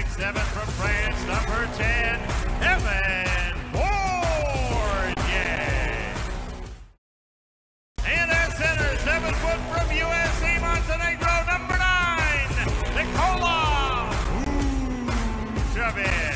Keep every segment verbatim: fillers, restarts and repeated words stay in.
Strike seven from France, number ten, Evan Fournier. And at center, seven foot from U S A Montenegro, number nine, Nikola Vucevic.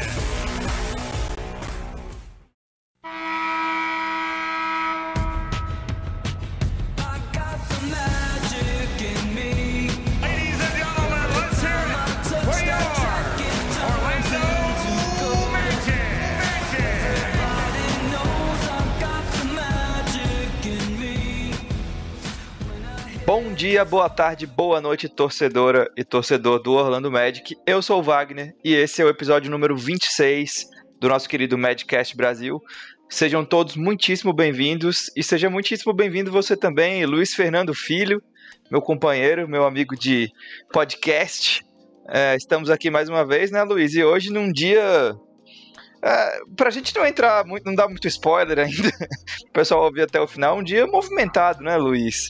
Bom dia, boa tarde, boa noite, torcedora e torcedor do Orlando Magic. Eu sou o Wagner e esse é o episódio número vinte e seis do nosso querido Madcast Brasil. Sejam todos muitíssimo bem-vindos e seja muitíssimo bem-vindo você também, Luiz Fernando Filho, meu companheiro, meu amigo de podcast. É, estamos aqui mais uma vez, né, Luiz? E hoje num dia... É, pra gente não entrar muito, não dar muito spoiler ainda, o pessoal ouvir até o final, um dia movimentado, né, Luiz?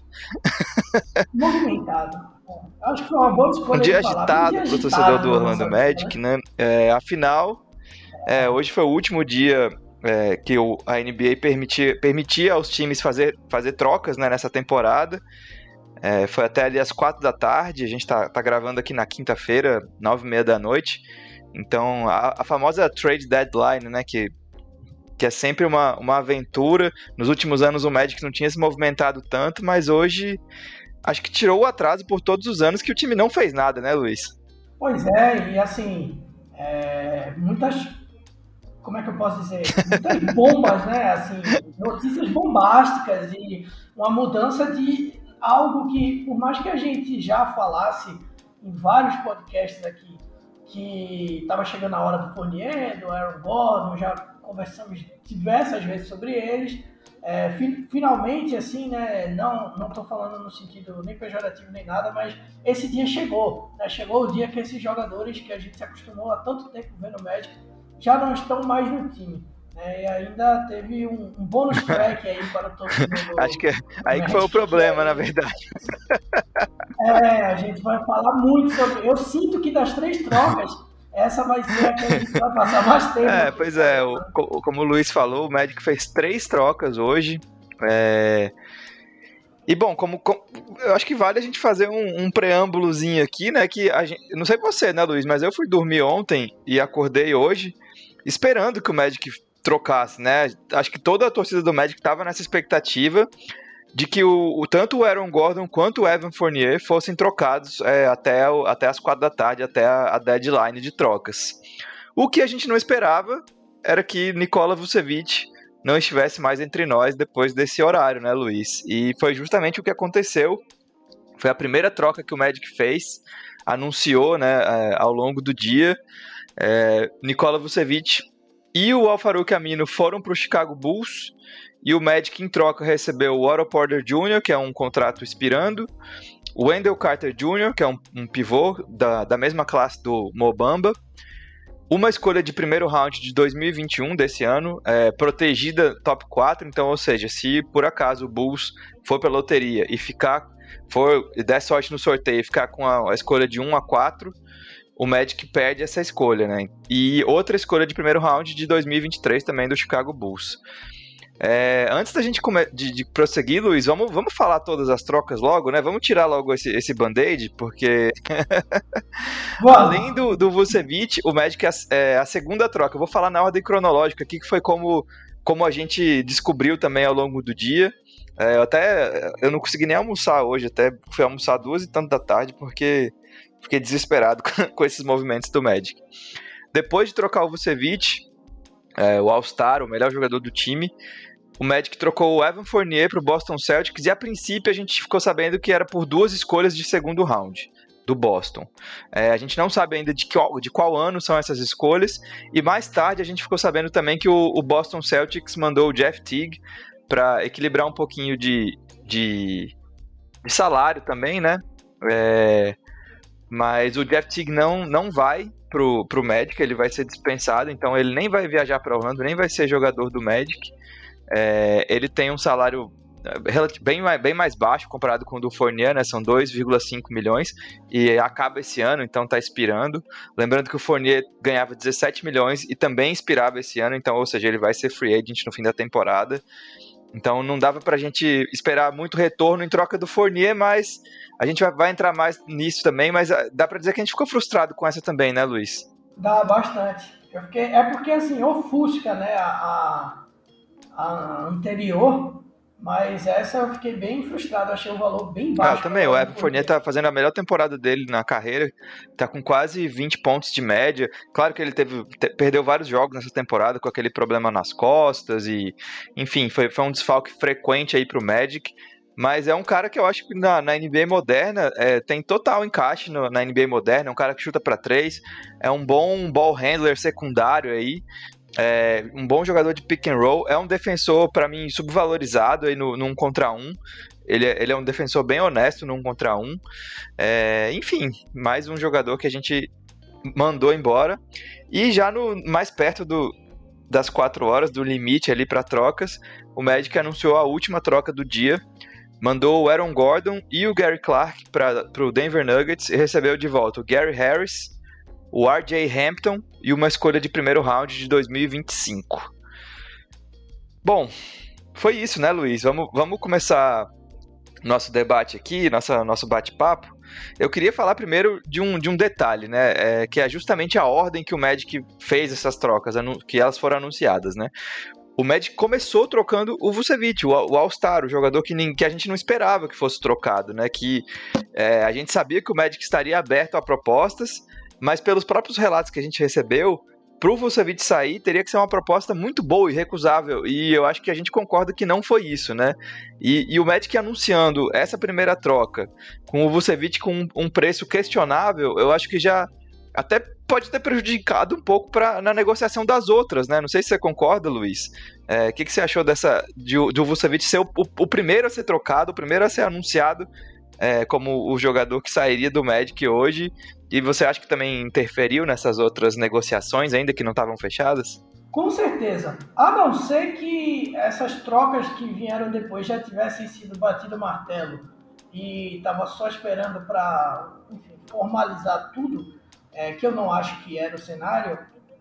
Movimentado. Acho que foi uma boa escolha. Um dia de agitado um dia pro torcedor do né, Orlando Magic, né? É, afinal, é, hoje foi o último dia é, que o, a N B A permitia, permitia aos times fazer, fazer trocas, né, nessa temporada. É, foi até ali às quatro da tarde, a gente tá, tá gravando aqui na quinta-feira, nove e meia da noite. Então, a, a famosa trade deadline, né, que, que é sempre uma, uma aventura. Nos últimos anos o Magic não tinha se movimentado tanto, mas hoje acho que tirou o atraso por todos os anos que o time não fez nada, né, Luiz? Pois é, e assim, é, muitas, como é que eu posso dizer, muitas bombas, né, assim, notícias bombásticas e uma mudança de algo que, por mais que a gente já falasse em vários podcasts aqui, que estava chegando a hora do Fournier, do Aaron Gordon, já conversamos diversas vezes sobre eles. É, fi, finalmente, assim, né, não não estou falando no sentido nem pejorativo nem nada, mas esse dia chegou, né, chegou o dia que esses jogadores que a gente se acostumou há tanto tempo vendo Magic já não estão mais no time. Né, e ainda teve um, um bônus track aí para o torcedor. Acho que é aí que foi o problema, na verdade. É, a gente vai falar muito sobre... Eu sinto que das três trocas, essa vai ser a que a gente vai passar mais tempo. É, pois é, o, como o Luiz falou, o Magic fez três trocas hoje. É... E bom, como, como eu acho que vale a gente fazer um, um preâmbulozinho aqui, né? Que a gente, não sei você, né, Luiz, mas eu fui dormir ontem e acordei hoje esperando que o Magic trocasse, né? Acho que toda a torcida do Magic estava nessa expectativa de que o, o, tanto o Aaron Gordon quanto o Evan Fournier fossem trocados é, até, o, até as quatro da tarde, até a, a deadline de trocas. O que a gente não esperava era que Nikola Vucevic não estivesse mais entre nós depois desse horário, né, Luiz? E foi justamente o que aconteceu. Foi a primeira troca que o Magic fez, anunciou, né, é, ao longo do dia. É, Nikola Vucevic e o Al-Farouq Aminu foram para o Chicago Bulls. E o Magic, em troca, recebeu o Otto Porter Júnior, que é um contrato expirando, o Wendell Carter Júnior, que é um, um pivô da, da mesma classe do Mo Bamba, uma escolha de primeiro round de dois mil e vinte e um desse ano, é, protegida top quatro, então, ou seja, se por acaso o Bulls for pela loteria e ficar, for, e der sorte no sorteio e ficar com a, a escolha de um a quatro, o Magic perde essa escolha, né? E outra escolha de primeiro round de dois mil e vinte e três também do Chicago Bulls. É, antes da gente come- de, de prosseguir, Luiz, vamos, vamos falar todas as trocas logo, né? Vamos tirar logo esse, esse band-aid, porque além do, do Vucevic, o Magic é a, é a segunda troca. Eu vou falar na ordem cronológica aqui, que foi como, como a gente descobriu também ao longo do dia. É, eu até eu não consegui nem almoçar hoje, até fui almoçar duas e tanto da tarde, porque fiquei desesperado com, com esses movimentos do Magic. Depois de trocar o Vucevic, é, o All-Star, o melhor jogador do time, o Magic trocou o Evan Fournier para o Boston Celtics e a princípio a gente ficou sabendo que era por duas escolhas de segundo round do Boston. É, a gente não sabe ainda de qual, de qual ano são essas escolhas e mais tarde a gente ficou sabendo também que o, o Boston Celtics mandou o Jeff Teague para equilibrar um pouquinho de, de, de salário também, né? É, mas o Jeff Teague não, não vai pro, pro Magic, ele vai ser dispensado, então ele nem vai viajar para Orlando, nem vai ser jogador do Magic. É, ele tem um salário bem, bem mais baixo comparado com o do Fournier, né? São dois vírgula cinco milhões e acaba esse ano, então está expirando. Lembrando que o Fournier ganhava dezessete milhões e também expirava esse ano, então, ou seja, ele vai ser free agent no fim da temporada. Então não dava pra gente esperar muito retorno em troca do Fournier, mas a gente vai, vai entrar mais nisso também, mas dá pra dizer que a gente ficou frustrado com essa também, né, Luiz? Dá bastante. Eu fiquei, é porque assim, ofusca, né, a, a anterior, mas essa eu fiquei bem frustrado, achei o valor bem baixo. Ah, eu também, o Evan Fournier tá fazendo a melhor temporada dele na carreira, tá com quase vinte pontos de média. Claro que ele teve, te, perdeu vários jogos nessa temporada com aquele problema nas costas e, enfim, foi, foi um desfalque frequente aí pro Magic, mas é um cara que eu acho que na, na N B A moderna é, tem total encaixe no, na N B A moderna, é um cara que chuta pra três, é um bom ball handler secundário aí, é um bom jogador de pick and roll, é um defensor, para mim, subvalorizado aí no, num contra um. Ele é, ele é um defensor bem honesto num contra um. É, enfim, mais um jogador que a gente mandou embora. E já no, mais perto do, das quatro horas, do limite ali para trocas, o Magic anunciou a última troca do dia. Mandou o Aaron Gordon e o Gary Clark para o Denver Nuggets e recebeu de volta o Gary Harris, o R J Hampton e uma escolha de primeiro round de dois mil e vinte e cinco. Bom, foi isso, né, Luiz? Vamos, vamos começar nosso debate aqui, nossa, nosso bate-papo. Eu queria falar primeiro de um, de um detalhe, né, é, que é justamente a ordem que o Magic fez essas trocas, que elas foram anunciadas, né? O Magic começou trocando o Vucevic, o, o All-Star, o jogador que, nem, que a gente não esperava que fosse trocado, né? Que é, a gente sabia que o Magic estaria aberto a propostas, mas pelos próprios relatos que a gente recebeu, pro Vucevic sair, teria que ser uma proposta muito boa e recusável, e eu acho que a gente concorda que não foi isso, né? E, e o Magic anunciando essa primeira troca, com o Vucevic com um, um preço questionável, eu acho que já até pode ter prejudicado um pouco pra, na negociação das outras, né? Não sei se você concorda, Luiz. O é, que, que você achou dessa, de, de o Vucevic ser o, o, o primeiro a ser trocado, o primeiro a ser anunciado é, como o jogador que sairia do Magic hoje? E você acha que também interferiu nessas outras negociações, ainda que não estavam fechadas? Com certeza. A não ser que essas trocas que vieram depois já tivessem sido batido o martelo e estava só esperando para formalizar tudo, é, que eu não acho que era o cenário,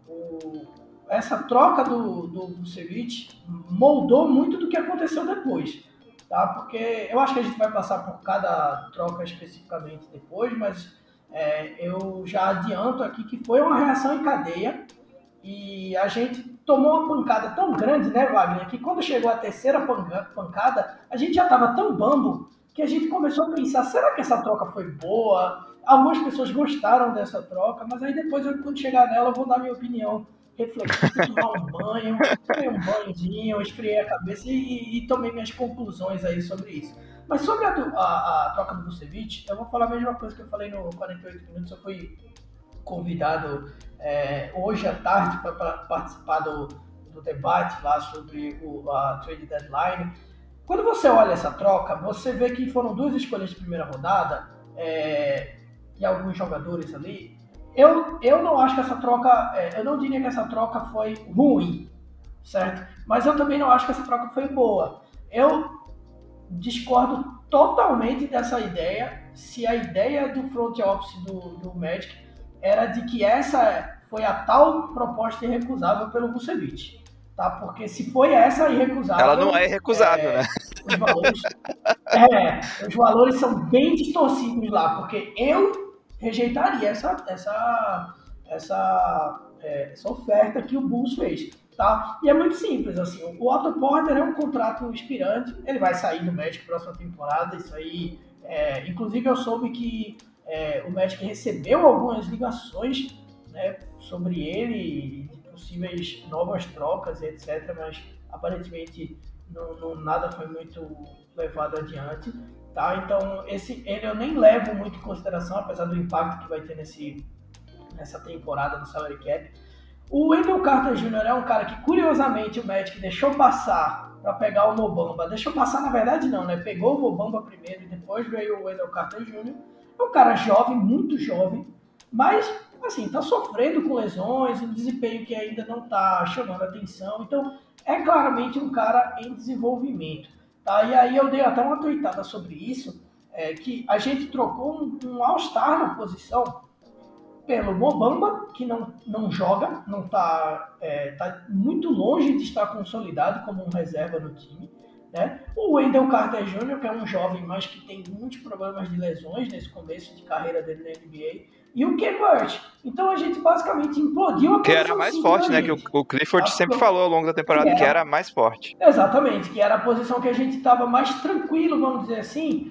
o, essa troca do, do Vucevic moldou muito do que aconteceu depois. Tá? Porque eu acho que a gente vai passar por cada troca especificamente depois, mas É, eu já adianto aqui que foi uma reação em cadeia e a gente tomou uma pancada tão grande, né, Wagner, que quando chegou a terceira pancada, a gente já estava tão bambo que a gente começou a pensar, será que essa troca foi boa? Algumas pessoas gostaram dessa troca, mas aí depois, eu, quando chegar nela, eu vou dar minha opinião, refletir, tomar um banho, tomei um banhozinho, esfriei a cabeça e, e tomei minhas conclusões aí sobre isso. Mas sobre a, a, a troca do Vucevic, eu vou falar a mesma coisa que eu falei no quarenta e oito minutos. Eu fui convidado é, hoje à tarde para participar do, do debate lá sobre o, a trade deadline. Quando você olha essa troca, você vê que foram duas escolhas de primeira rodada é, e alguns jogadores ali. Eu, eu não acho que essa troca, é, eu não diria que essa troca foi ruim, certo? Mas eu também não acho que essa troca foi boa. Eu discordo totalmente dessa ideia, se a ideia do front office do, do Magic era de que essa foi a tal proposta irrecusável pelo Vucevic, tá? Porque se foi essa irrecusável... Ela não é irrecusável, é, né? Os valores, é, os valores são bem distorcidos lá, porque eu rejeitaria essa, essa, essa, é, essa oferta que o Bulls fez. Tá? E é muito simples, assim, o Otto Porter é um contrato expirante, ele vai sair do Magic próxima temporada, isso aí, é, inclusive eu soube que é, o Magic recebeu algumas ligações, né, sobre ele, de possíveis novas trocas, etcétera, mas aparentemente não, não, nada foi muito levado adiante, tá? Então esse, ele eu nem levo muito em consideração, apesar do impacto que vai ter nesse, nessa temporada do salary cap. O Wendell Carter Júnior é um cara que, curiosamente, o Magic deixou passar para pegar o Mo Bamba. Deixou passar, na verdade, não, né? Pegou o Mo Bamba primeiro e depois veio o Wendell Carter Júnior É um cara jovem, muito jovem, mas, assim, tá sofrendo com lesões, um desempenho que ainda não tá chamando atenção. Então, é claramente um cara em desenvolvimento, Tá? E aí eu dei até uma tweetada sobre isso, é, que a gente trocou um, um All-Star na posição pelo Mobamba, que não, não joga, não tá, é, tá muito longe de estar consolidado como um reserva no time. Né? O Wendell Carter Júnior, que é um jovem, mas que tem muitos problemas de lesões nesse começo de carreira dele na N B A. E o Ken Burch. Então a gente basicamente implodiu a posição. Que era mais forte, né? Que o, o Clifford sempre eu, falou ao longo da temporada que era, que era mais forte. Exatamente, que era a posição que a gente estava mais tranquilo, vamos dizer assim,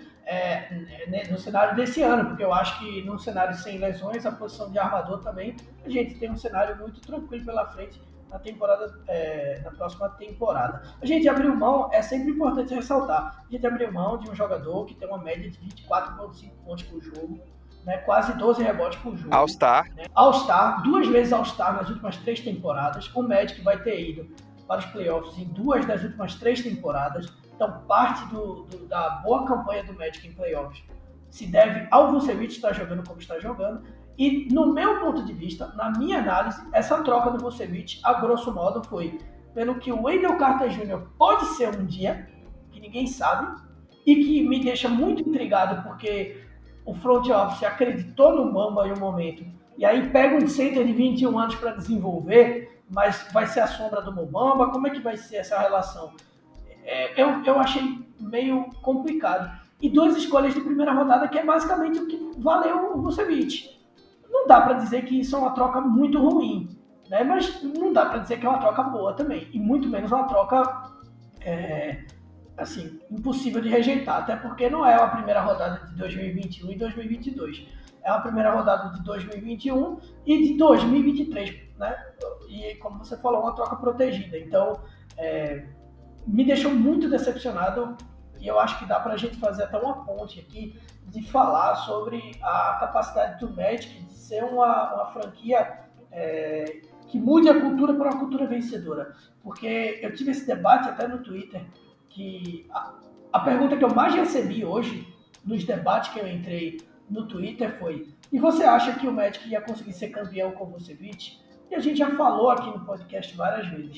é, no cenário desse ano, porque eu acho que num cenário sem lesões, a posição de armador também, a gente tem um cenário muito tranquilo pela frente na temporada, é, na próxima temporada. A gente abriu mão, é sempre importante ressaltar, a gente abriu mão de um jogador que tem uma média de vinte e quatro vírgula cinco pontos por jogo, né, quase doze rebotes por jogo. All-Star. Né, All-Star, duas vezes All-Star nas últimas três temporadas. O Magic vai ter ido para os playoffs em duas das últimas três temporadas. Então, parte do, do, da boa campanha do Magic em playoffs se deve ao Vucevic estar jogando como está jogando. E, no meu ponto de vista, na minha análise, essa troca do Vucevic, a grosso modo, foi pelo que o Wendell Carter Júnior pode ser um dia, que ninguém sabe, e que me deixa muito intrigado, porque o front office acreditou no Bamba em um momento, e aí pega um center de vinte e um anos para desenvolver, mas vai ser a sombra do Mobamba, como é que vai ser essa relação? É, eu, eu achei meio complicado. E duas escolhas de primeira rodada, que é basicamente o que valeu o Vucevic. Não dá para dizer que isso é uma troca muito ruim, né? Mas não dá para dizer que é uma troca boa também, e muito menos uma troca é, assim, impossível de rejeitar, até porque não é uma primeira rodada de dois mil e vinte e um e dois mil e vinte e dois. É uma primeira rodada de dois mil e vinte e um e de dois mil e vinte e três, né? E, como você falou, uma troca protegida. Então, é, me deixou muito decepcionado, e eu acho que dá pra gente fazer até uma ponte aqui de falar sobre a capacidade do Magic de ser uma, uma franquia é, que mude a cultura para uma cultura vencedora. Porque eu tive esse debate até no Twitter, que a, a pergunta que eu mais recebi hoje, nos debates que eu entrei no Twitter, foi: e você acha que o Magic ia conseguir ser campeão com o Vucevic? E a gente já falou aqui no podcast várias vezes.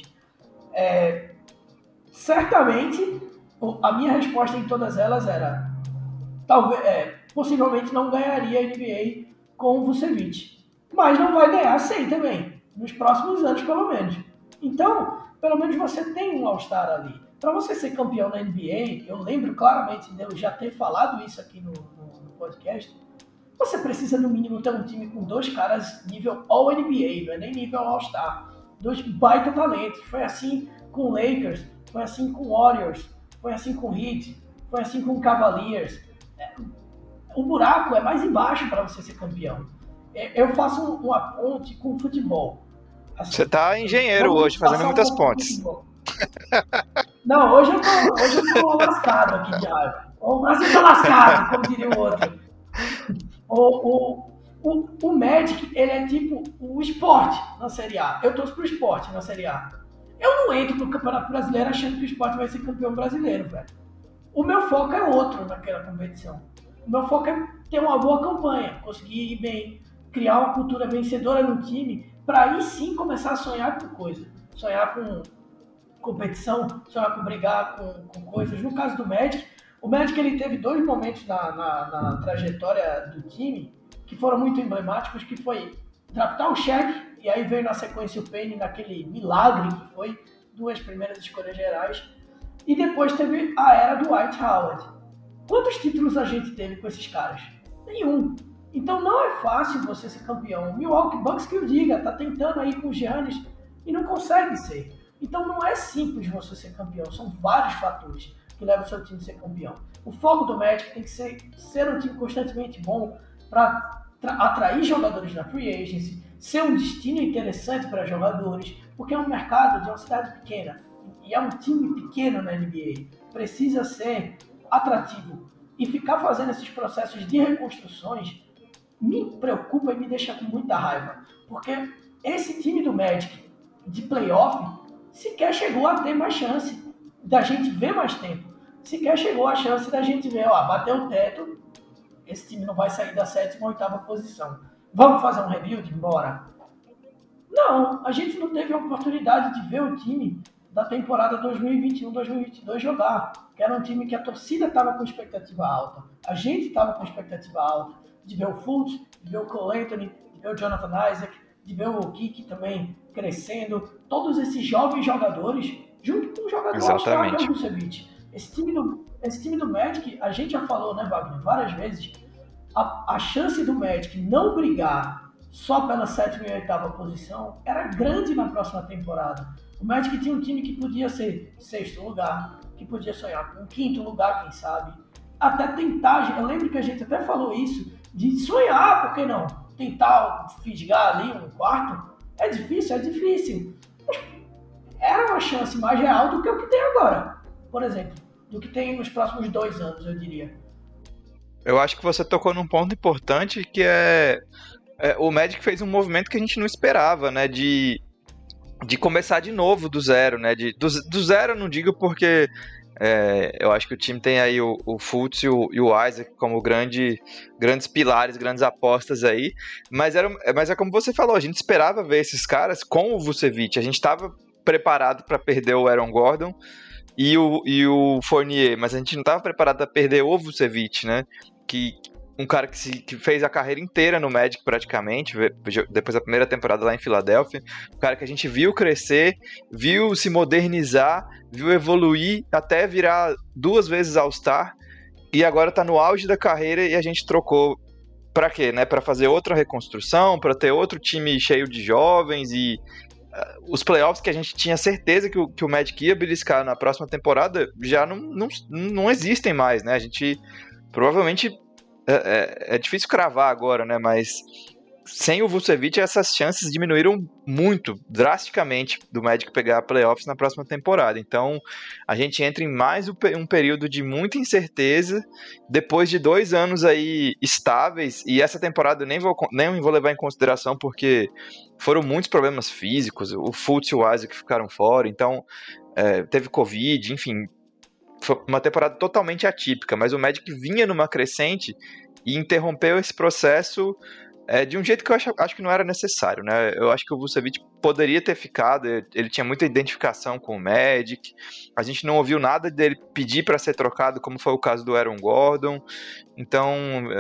É, certamente, a minha resposta em todas elas era: talvez, é, possivelmente não ganharia a N B A com o Vucevic, mas não vai ganhar sem também, nos próximos anos pelo menos. Então, pelo menos você tem um All-Star ali. Para você ser campeão na N B A, eu lembro claramente de eu já ter falado isso aqui no, no, no podcast, você precisa no mínimo ter um time com dois caras nível All-N B A, não é nem nível All-Star. Dois baita talentos. Foi assim com o Lakers, foi assim com o Warriors, foi assim com o Heat, foi assim com o Cavaliers. O buraco é mais embaixo para você ser campeão. Eu faço uma ponte com o futebol. Assim, você tá engenheiro hoje, fazendo muitas um pontes. Não, hoje eu tô, hoje eu tô lascado aqui de raiva. O Brasil tá lascado, como diria o outro. O, o, o, o Magic, ele é tipo o esporte na Série A. Eu torço pro esporte na Série A. Eu não entro no Campeonato Brasileiro achando que o esporte vai ser campeão brasileiro, velho. O meu foco é outro naquela competição. O meu foco é ter uma boa campanha, conseguir ir bem, criar uma cultura vencedora no time, para aí sim começar a sonhar com coisa. Sonhar com competição, sonhar com brigar com, com coisas. No caso do Magic, o Magic ele teve dois momentos na, na, na trajetória do time que foram muito emblemáticos, que foi draftar o Shaq, e aí veio na sequência o Penny naquele milagre que foi duas primeiras escolhas gerais, e depois teve a era do Dwight Howard. Quantos títulos a gente teve com esses caras? Nenhum. Então não é fácil você ser campeão. O Milwaukee Bucks que eu diga, tá tentando aí com o Giannis e não consegue ser. Então não é simples você ser campeão, são vários fatores que levam o seu time a ser campeão. O foco do Magic tem que ser, ser um time constantemente bom para atrair jogadores na free agency, ser um destino interessante para jogadores, porque é um mercado de uma cidade pequena e é um time pequeno na N B A. Precisa ser atrativo. E ficar fazendo esses processos de reconstruções me preocupa e me deixa com muita raiva. Porque esse time do Magic de playoff sequer chegou a ter mais chance da gente ver mais tempo. Sequer chegou a chance da gente ver, ó, bateu o teto, esse time não vai sair da sétima ou oitava posição. Vamos fazer um rebuild? Bora. Não, a gente não teve a oportunidade de ver o time da temporada dois mil e vinte e um, dois mil e vinte e dois jogar, que era um time que a torcida estava com expectativa alta, a gente estava com expectativa alta, de ver o Fultz, de ver o Cole Anthony, de ver o Jonathan Isaac, de ver o Kiki também crescendo, todos esses jovens jogadores, junto com o jogador All-Star, que é o Vucevic. Esse time, do, esse time do Magic, a gente já falou, né, Wagner, várias vezes, a, a chance do Magic não brigar só pela sétima e oitava posição era grande na próxima temporada. O Magic tinha um time que podia ser sexto lugar, que podia sonhar com um quinto lugar, quem sabe. Até tentar, eu lembro que a gente até falou isso, de sonhar, por que não? Tentar fisgar ali um quarto, é difícil, é difícil. Mas era uma chance mais real do que o que tem agora, por exemplo, do que tem nos próximos dois anos, eu diria. Eu acho que você tocou num ponto importante, que é, é o Magic fez um movimento que a gente não esperava, né, de, de começar de novo do zero, né, de, do, do zero eu não digo porque é, eu acho que o time tem aí o, o Fultz e o, e o Isaac como grande, grandes pilares, grandes apostas aí, mas, era, mas é como você falou, a gente esperava ver esses caras com o Vucevic, a gente estava preparado para perder o Aaron Gordon e o, e o Fournier, mas a gente não estava preparado para perder o Vucevic, né, que um cara que, se, que fez a carreira inteira no Magic praticamente, depois da primeira temporada lá em Filadélfia, um cara que a gente viu crescer, viu se modernizar, viu evoluir até virar duas vezes All-Star, e agora tá no auge da carreira e a gente trocou pra quê, né? Pra fazer outra reconstrução, pra ter outro time cheio de jovens e uh, os playoffs que a gente tinha certeza que o, que o Magic ia beliscar na próxima temporada já não, não, não existem mais, né? A gente provavelmente É, é, é difícil cravar agora, né? Mas sem o Vucevic, essas chances diminuíram muito, drasticamente, do Magic pegar playoffs na próxima temporada. Então, a gente entra em mais um período de muita incerteza, depois de dois anos aí estáveis, e essa temporada eu nem vou, nem vou levar em consideração, porque foram muitos problemas físicos, o Fultz e o Isaac ficaram fora, então é, teve Covid, enfim, foi uma temporada totalmente atípica, mas o Magic vinha numa crescente e interrompeu esse processo é, de um jeito que eu acho, acho que não era necessário, né? Eu acho que o Vucevic poderia ter ficado, ele tinha muita identificação com o Magic, a gente não ouviu nada dele pedir para ser trocado, como foi o caso do Aaron Gordon. Então,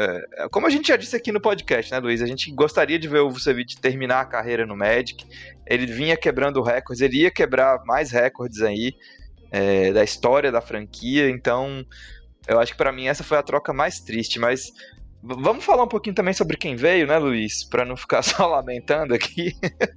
é, como a gente já disse aqui no podcast, né, Luiz? A gente gostaria de ver o Vucevic terminar a carreira no Magic, ele vinha quebrando recordes, ele ia quebrar mais recordes aí, É, da história da franquia, então eu acho que pra mim essa foi a troca mais triste, mas v- vamos falar um pouquinho também sobre quem veio, né, Luiz? Pra não ficar só lamentando aqui.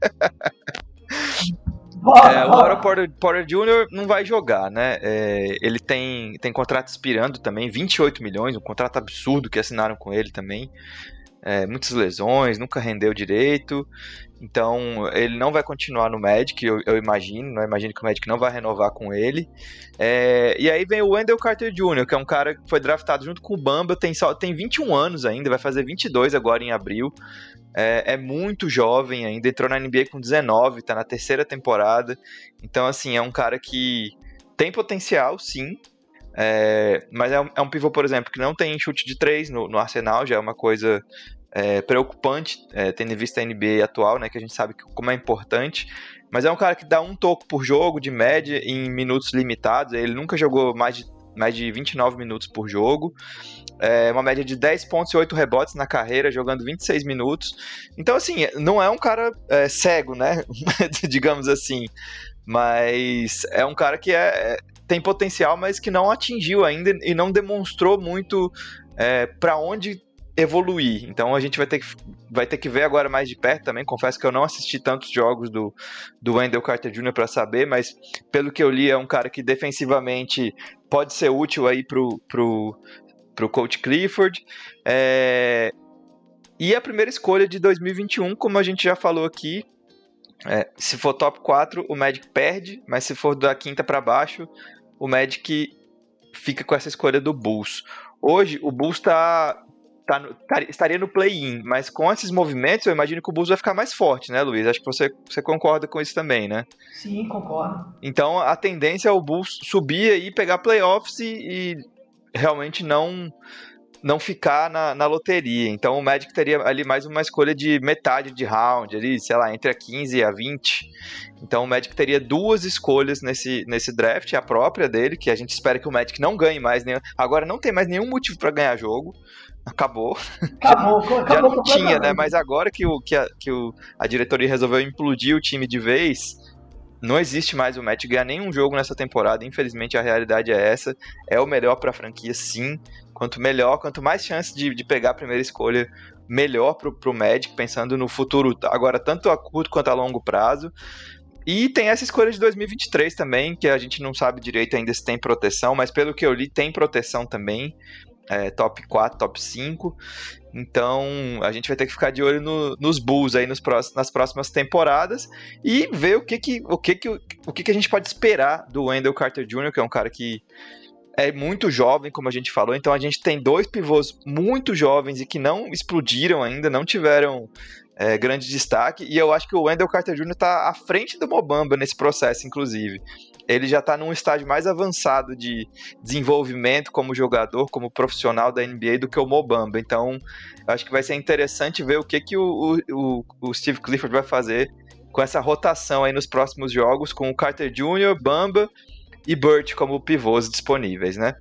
Bora, É, o bora. Otto Porter, Porter Júnior não vai jogar, né? É, ele tem, tem contrato expirando também, vinte e oito milhões, um contrato absurdo que assinaram com ele também. É, muitas lesões, nunca rendeu direito, então ele não vai continuar no Magic, eu, eu imagino, não imagino que o Magic não vai renovar com ele. É, e aí vem o Wendell Carter Júnior, que é um cara que foi draftado junto com o Bamba, tem, só, tem vinte e um anos ainda, vai fazer vinte e dois agora em abril, é, é muito jovem ainda, entrou na N B A com dezenove, tá na terceira temporada, então assim, é um cara que tem potencial, sim. É, mas é um, é um pivô, por exemplo, que não tem chute de três no, no arsenal, já é uma coisa é, preocupante, é, tendo em vista a N B A atual, né, que a gente sabe que, como é importante, mas é um cara que dá um toco por jogo, de média, em minutos limitados, ele nunca jogou mais de, mais de vinte e nove minutos por jogo, é uma média de dez pontos e oito rebotes na carreira, jogando vinte e seis minutos, então assim, não é um cara é, cego, né, digamos assim, mas é um cara que é, tem potencial, mas que não atingiu ainda e não demonstrou muito é, para onde evoluir. Então a gente vai ter, que, vai ter que ver agora mais de perto também. Confesso que eu não assisti tantos jogos do, do Wendell Carter Júnior para saber, mas pelo que eu li é um cara que defensivamente pode ser útil aí pro, pro, pro Coach Clifford. É, e a primeira escolha de dois mil e vinte e um, como a gente já falou aqui, É, se for top quatro, o Magic perde, mas se for da quinta para baixo, o Magic fica com essa escolha do Bulls. Hoje, o Bulls tá, tá, no, tá, estaria no play-in, mas com esses movimentos, eu imagino que o Bulls vai ficar mais forte, né, Luiz? Acho que você, você concorda com isso também, né? Sim, concordo. Então, a tendência é o Bulls subir e pegar playoffs e, e realmente não... não ficar na, na loteria. Então o Magic teria ali mais uma escolha de metade de round, ali, sei lá, entre a quinze e a vinte. Então o Magic teria duas escolhas nesse, nesse draft, a própria dele, que a gente espera que o Magic não ganhe mais nenhum. Agora não tem mais nenhum motivo para ganhar jogo. Acabou. Acabou, já, acabou já não tinha, né? Mas agora que, o, que, a, que o, a diretoria resolveu implodir o time de vez, não existe mais o Magic ganhar nenhum jogo nessa temporada. Infelizmente a realidade é essa. É o melhor para a franquia, sim. Quanto melhor, quanto mais chance de, de pegar a primeira escolha, melhor pro, pro Magic, pensando no futuro, agora tanto a curto quanto a longo prazo. E tem essa escolha de dois mil e vinte e três também, que a gente não sabe direito ainda se tem proteção, mas pelo que eu li, tem proteção também. É, top quatro, top cinco. Então a gente vai ter que ficar de olho no, nos Bulls aí nos próximos, nas próximas temporadas e ver o que que, o que, que, o que que a gente pode esperar do Wendell Carter Júnior, que é um cara que é muito jovem, como a gente falou. Então a gente tem dois pivôs muito jovens e que não explodiram ainda, não tiveram é, grande destaque. E eu acho que o Wendell Carter Júnior está à frente do Mo Bamba nesse processo, inclusive. Ele já está num estágio mais avançado de desenvolvimento como jogador, como profissional da N B A do que o Mo Bamba. Então, eu acho que vai ser interessante ver o que, que o, o, o Steve Clifford vai fazer com essa rotação aí nos próximos jogos, com o Carter Júnior, Bamba e Burt como pivôs disponíveis, né?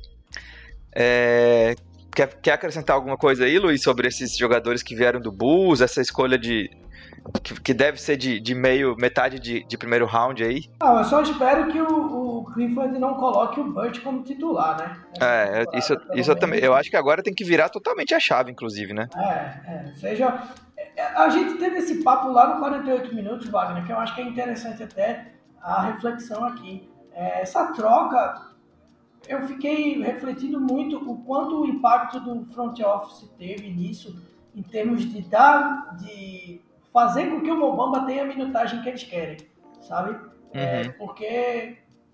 É... Quer, quer acrescentar alguma coisa aí, Luiz, sobre esses jogadores que vieram do Bulls, essa escolha de... Que, que deve ser de, de meio, metade de, de primeiro round aí? Não, eu só espero que o, o Clifford não coloque o Burt como titular, né? É, isso, isso eu também. Eu acho que agora tem que virar totalmente a chave, inclusive, né? É, é. Seja, a gente teve esse papo lá no quarenta e oito minutos, Wagner, que eu acho que é interessante até a reflexão aqui. É, essa troca, eu fiquei refletindo muito o quanto o impacto do front office teve nisso, em termos de dar, de fazer com que o Mo Bamba tenha a minutagem que eles querem, sabe? Uhum. É, porque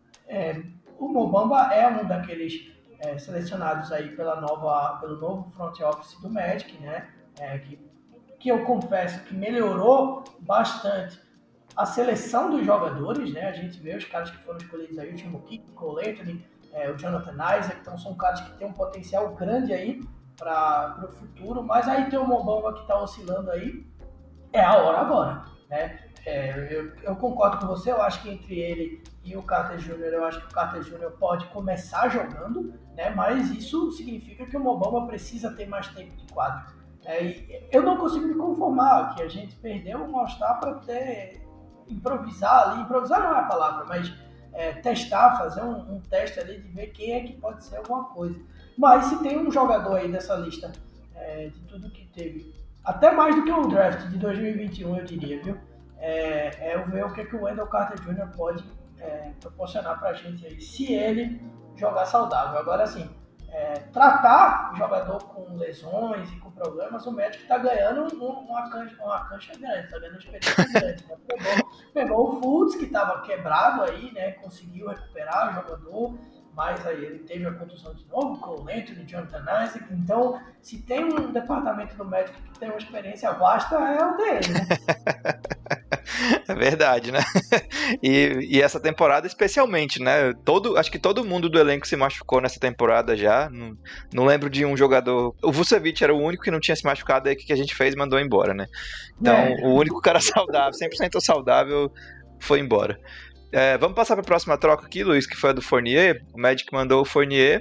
é, o Mo Bamba é um daqueles é, selecionados aí pela nova, pelo novo front office do Magic, né? É, que, que eu confesso que melhorou bastante a seleção dos jogadores, né? A gente vê os caras que foram escolhidos aí, o Timo Kik, o Cole Anthony, é, o Jonathan Isaac, então são caras que têm um potencial grande aí para o futuro, mas aí tem o Mo Bamba que está oscilando aí. É a hora agora, né? É, eu, eu concordo com você, eu acho que entre ele e o Carter Júnior, eu acho que o Carter Júnior pode começar jogando, né? Mas isso significa que o Mo Bamba precisa ter mais tempo de quadro. É, e eu não consigo me conformar que a gente perdeu um All-Star para ter improvisar ali, improvisar não é a palavra, mas é, testar, fazer um, um teste ali de ver quem é que pode ser alguma coisa. Mas se tem um jogador aí dessa lista é, de tudo que teve, até mais do que o draft de dois mil e vinte e um, eu diria, viu? É, é ver o que, que o Wendell Carter Júnior pode é, proporcionar pra gente aí, se ele jogar saudável. Agora, assim, é, tratar o jogador com lesões e com problemas, o Magic tá ganhando um, uma, cancha, uma cancha grande, tá ganhando uma experiência grande. Né? Pegou, pegou o Fultz, que tava quebrado aí, né? Conseguiu recuperar o jogador, mas aí ele teve a contusão de novo, com o Anthony, Jonathan Isaac. Então, se tem um departamento do Magic que tem uma experiência vasta, é o dele, né? É verdade, né? E, e essa temporada especialmente, né? Todo, acho que todo mundo do elenco se machucou nessa temporada já. Não, não lembro de um jogador... O Vucevic era o único que não tinha se machucado, aí que a gente fez e mandou embora, né? Então, é. O único cara saudável, cem por cento saudável, foi embora. É, vamos passar para a próxima troca aqui, Luiz, que foi a do Fournier. O Magic mandou o Fournier.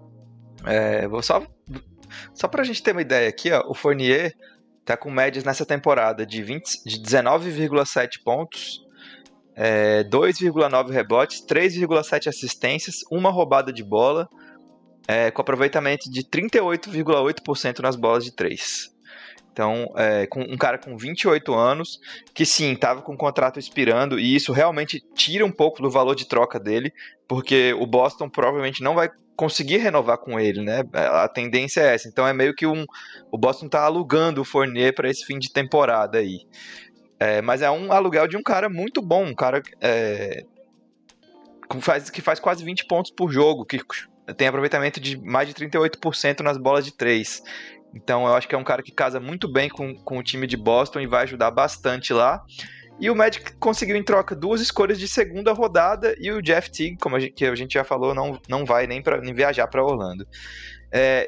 É, vou só, só para a gente ter uma ideia aqui, ó, o Fournier tá com médias nessa temporada de, de dezenove vírgula sete pontos, é, dois vírgula nove rebotes, três vírgula sete assistências, uma roubada de bola, é, com aproveitamento de trinta e oito vírgula oito por cento nas bolas de três. Então, é, com um cara com vinte e oito anos, que sim, estava com o contrato expirando, e isso realmente tira um pouco do valor de troca dele, porque o Boston provavelmente não vai conseguir renovar com ele, né? A tendência é essa. Então é meio que um... O Boston tá alugando o Fournier para esse fim de temporada aí. É, mas é um aluguel de um cara muito bom, um cara é, que, faz, que faz quase vinte pontos por jogo, que tem aproveitamento de mais de trinta e oito por cento nas bolas de três. Então eu acho que é um cara que casa muito bem com, com o time de Boston e vai ajudar bastante lá. E o Magic conseguiu em troca duas escolhas de segunda rodada e o Jeff Teague, como a gente, que a gente já falou, não, não vai nem, pra, nem viajar para Orlando. É,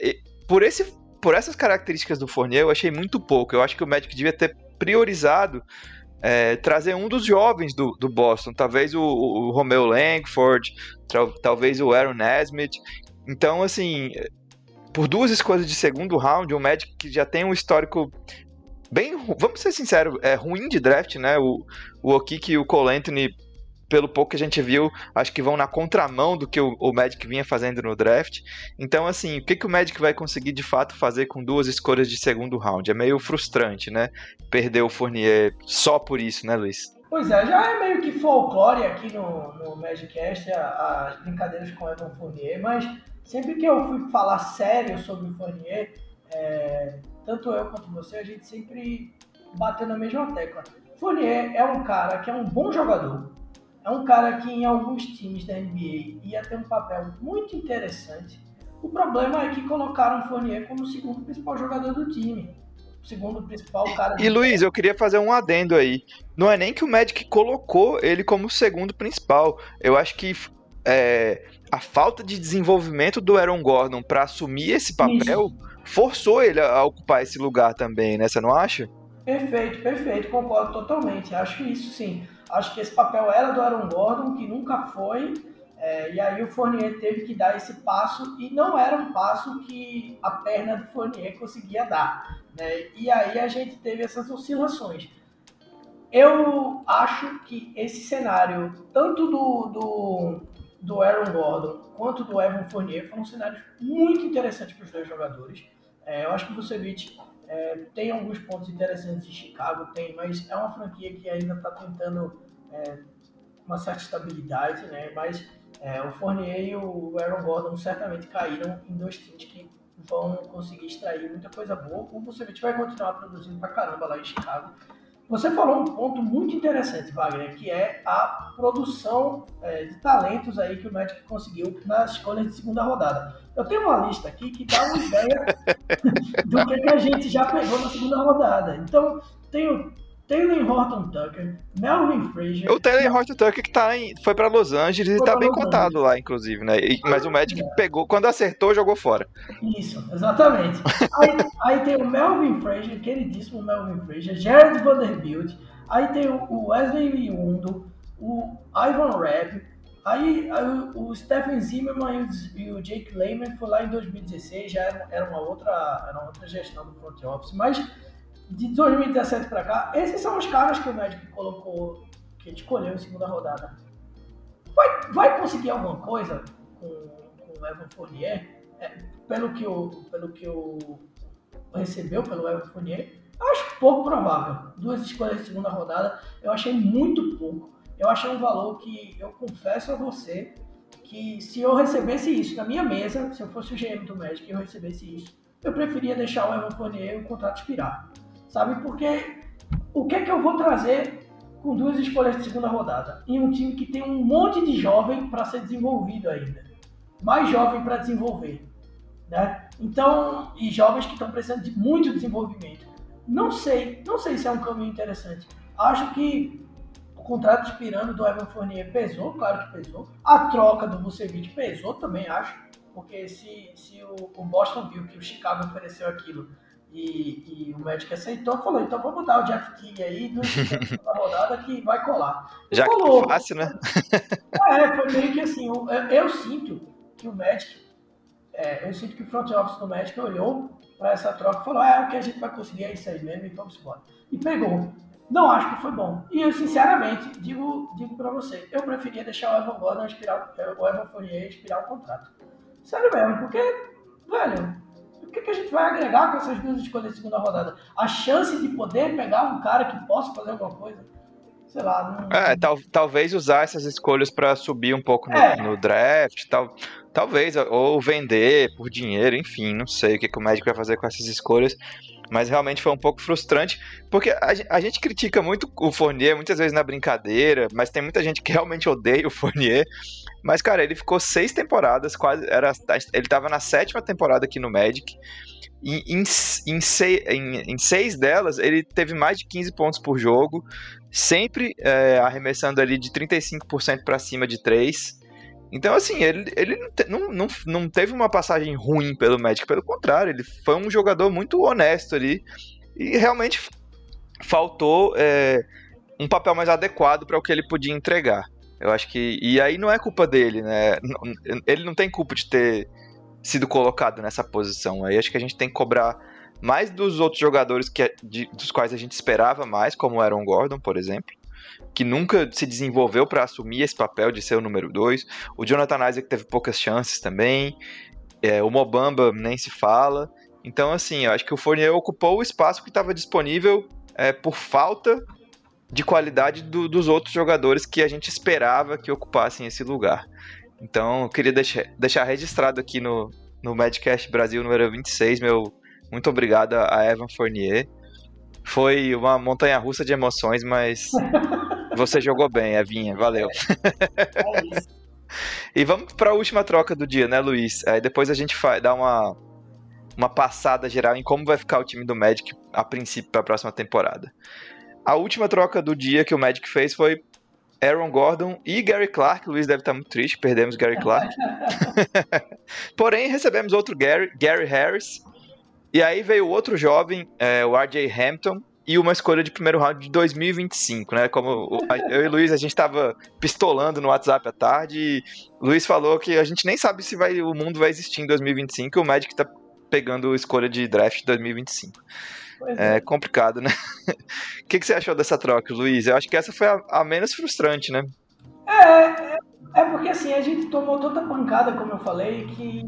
por, esse, por essas características do Fournier, eu achei muito pouco. Eu acho que o Magic devia ter priorizado é, trazer um dos jovens do, do Boston. Talvez o, o Romeo Langford, tra- talvez o Aaron Nesmith. Então, assim, por duas escolhas de segundo round, o Magic que já tem um histórico bem, vamos ser sinceros, é ruim de draft, né? O, o Okiki e o Cole Anthony, pelo pouco que a gente viu, acho que vão na contramão do que o, o Magic vinha fazendo no draft. Então, assim, o que, que o Magic vai conseguir de fato fazer com duas escolhas de segundo round? É meio frustrante, né? Perder o Fournier só por isso, né, Luiz? Pois é, já é meio que folclore aqui no, no Magiccast as brincadeiras com o Evan Fournier, mas sempre que eu fui falar sério sobre o Fournier, é, tanto eu quanto você, a gente sempre bateu na mesma tecla. Fournier é um cara que é um bom jogador, é um cara que em alguns times da N B A ia ter um papel muito interessante. O problema é que colocaram o Fournier como o segundo principal jogador do time. O segundo principal cara... E, Luiz, eu queria fazer um adendo aí. Não é nem que o Magic colocou ele como segundo principal. Eu acho que é, a falta de desenvolvimento do Aaron Gordon para assumir esse papel Isso. forçou ele a ocupar esse lugar também, né? Você não acha? Perfeito, perfeito. Concordo totalmente. Acho que isso sim. Acho que esse papel era do Aaron Gordon, que nunca foi, é, e aí o Fournier teve que dar esse passo, e não era um passo que a perna do Fournier conseguia dar, né? E aí a gente teve essas oscilações. Eu acho que esse cenário, tanto do, do, do Aaron Gordon quanto do Evan Fournier, foram cenários muito interessantes para os dois jogadores. É, eu acho que o Vucevic É, tem alguns pontos interessantes de Chicago, tem, mas é uma franquia que ainda está tentando é, uma certa estabilidade, né? Mas é, o Fournier e o Aaron Gordon certamente caíram em dois times que vão conseguir extrair muita coisa boa. O Vucevic vai continuar produzindo pra caramba lá em Chicago. Você falou um ponto muito interessante, Wagner, que é a produção é, de talentos aí que o Magic conseguiu nas escolhas de segunda rodada. Eu tenho uma lista aqui que dá uma ideia do que, que a gente já pegou na segunda rodada. Então, tem o Taylor Horton Tucker, Melvin Frazier... O Taylor Horton Tucker que tá em, foi para Los Angeles e tá bem contado Angeles. Lá, inclusive, né? E, mas o Magic é. pegou, quando acertou, jogou fora. Isso, exatamente. Aí, aí tem o Melvin Frazier, queridíssimo Melvin Frazier, Jared Vanderbilt, aí tem o Wesley Iwundo, o Ivan Rabb, aí, aí o Stephen Zimmerman e o Jake Layman foi lá em dois mil e dezesseis, já era, era, uma, outra, era uma outra gestão do front office, mas de dois mil e dezessete para cá, esses são os caras que o Magic colocou, que ele escolheu em segunda rodada. Vai, vai conseguir alguma coisa com, com o Evan Fournier? É, pelo que o pelo que o recebeu pelo Evan Fournier, acho pouco provável. Duas escolhas de segunda rodada, eu achei muito pouco. Eu achei um valor que eu confesso a você que se eu recebesse isso na minha mesa, se eu fosse o G M do Magic e eu recebesse isso, eu preferia deixar o Evan Fournier e o contrato expirar. Sabe? Porque o que é que eu vou trazer com duas escolhas de segunda rodada? Em um time que tem um monte de jovem para ser desenvolvido ainda. Mais jovem para desenvolver. Né? Então, e jovens que estão precisando de muito desenvolvimento. Não sei, não sei se é um caminho interessante. Acho que o contrato expirando do Evan Fournier pesou, claro que pesou. A troca do Vucevic pesou também, acho. Porque se, se o, o Boston viu que o Chicago ofereceu aquilo e, e o Magic aceitou, falou, então vamos dar o Jeff Teague aí do da rodada que vai colar. E já colou. Que é fácil, né? É, foi meio que assim, eu, eu sinto que o Magic, é, eu sinto que o front office do Magic olhou para essa troca e falou, ah, é o que a gente vai conseguir é isso aí mesmo e vamos embora. E pegou. Não acho que foi bom. E eu, sinceramente, digo, digo para você, eu preferia deixar o Evan Gordon expirar, o Evan Fournier expirar o contrato. Sério mesmo, porque, velho, o que, que a gente vai agregar com essas duas escolhas de segunda rodada? A chance de poder pegar um cara que possa fazer alguma coisa, sei lá. Não... É, tal, talvez usar essas escolhas para subir um pouco no, é. no draft, tal, talvez, ou vender por dinheiro, enfim, não sei o que, que o Magic vai fazer com essas escolhas. Mas realmente foi um pouco frustrante, porque a, a gente critica muito o Fournier, muitas vezes na brincadeira, mas tem muita gente que realmente odeia o Fournier. Mas, cara, ele ficou seis temporadas, quase, era, ele tava na sétima temporada aqui no Magic, e em, em, seis, em, em seis delas ele teve mais de quinze pontos por jogo, sempre é, arremessando ali de trinta e cinco por cento para cima de três. Então, assim, ele, ele não, te, não, não, não teve uma passagem ruim pelo Magic, pelo contrário, ele foi um jogador muito honesto ali e realmente faltou é, um papel mais adequado para o que ele podia entregar. Eu acho que. E aí não é culpa dele, né? Ele não tem culpa de ter sido colocado nessa posição. Aí acho que a gente tem que cobrar mais dos outros jogadores que, de, dos quais a gente esperava mais, como o Aaron Gordon, por exemplo, que nunca se desenvolveu para assumir esse papel de ser o número dois. O Jonathan Isaac teve poucas chances também. É, o Mo Bamba nem se fala. Então, assim, eu acho que o Fournier ocupou o espaço que estava disponível é, por falta de qualidade do, dos outros jogadores que a gente esperava que ocupassem esse lugar. Então, eu queria deixar, deixar registrado aqui no, no Madcast Brasil número vinte e seis, meu muito obrigado a Evan Fournier. Foi uma montanha-russa de emoções, mas você jogou bem, Evinha, valeu. É isso. E vamos para a última troca do dia, né, Luiz? Aí depois a gente vai dar uma, uma passada geral em como vai ficar o time do Magic a princípio para a próxima temporada. A última troca do dia que o Magic fez foi Aaron Gordon e Gary Clark. O Luiz deve estar muito triste, perdemos Gary Clark. Porém, recebemos outro Gary, Gary Harris. E aí veio outro jovem, é, o R J Hampton, e uma escolha de primeiro round de dois mil e vinte e cinco, né? Como o, eu e o Luiz, a gente estava pistolando no WhatsApp à tarde, e o Luiz falou que a gente nem sabe se vai, o mundo vai existir em dois mil e vinte e cinco, e o Magic tá pegando escolha de draft de dois mil e vinte e cinco. É, é complicado, né? O que, que você achou dessa troca, Luiz? Eu acho que essa foi a, a menos frustrante, né? É, é, é porque assim, a gente tomou tanta pancada, como eu falei, que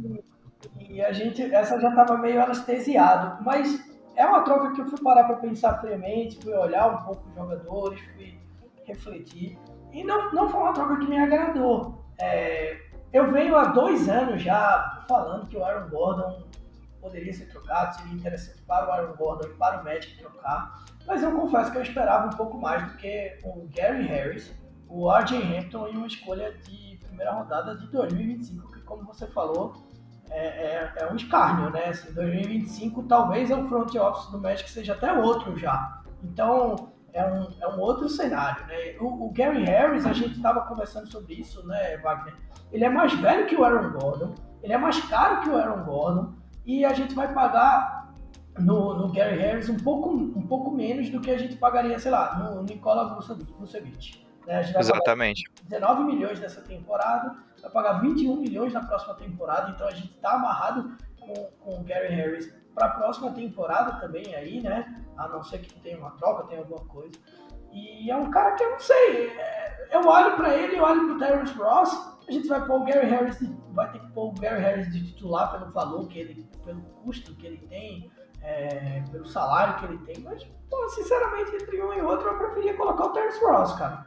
e a gente, essa já estava meio anestesiado. Mas é uma troca que eu fui parar para pensar friamente, fui olhar um pouco os jogadores, fui refletir. E não, não foi uma troca que me agradou. É, eu venho há dois anos já falando que o Aaron Gordon poderia ser trocado, seria interessante para o Aaron Gordon e para o Magic trocar, mas eu confesso que eu esperava um pouco mais do que o Gary Harris, o R J Hampton e uma escolha de primeira rodada de dois mil e vinte e cinco, que como você falou, é, é, é um escárnio, né? Assim, dois mil e vinte e cinco talvez o front office do Magic seja até outro já, então é um, é um outro cenário, né? O, o Gary Harris, a gente estava conversando sobre isso, né, Wagner? Ele é mais velho que o Aaron Gordon, ele é mais caro que o Aaron Gordon, e a gente vai pagar no, no Gary Harris um pouco, um pouco menos do que a gente pagaria, sei lá, no Nikola Vucevic. Né? A gente vai Exatamente. pagar dezenove milhões nessa temporada, vai pagar vinte e um milhões na próxima temporada, então a gente está amarrado com, com o Gary Harris para a próxima temporada também aí, né? A não ser que tenha uma troca, tenha alguma coisa. E é um cara que eu não sei, eu olho para ele, eu olho para o Terrence Ross, a gente vai pôr o Gary Harris, de, vai ter que pôr o Gary Harris de titular pelo valor que ele, pelo custo que ele tem, é, pelo salário que ele tem, mas, pô, sinceramente, entre um e outro, eu preferia colocar o Terrence Ross, cara,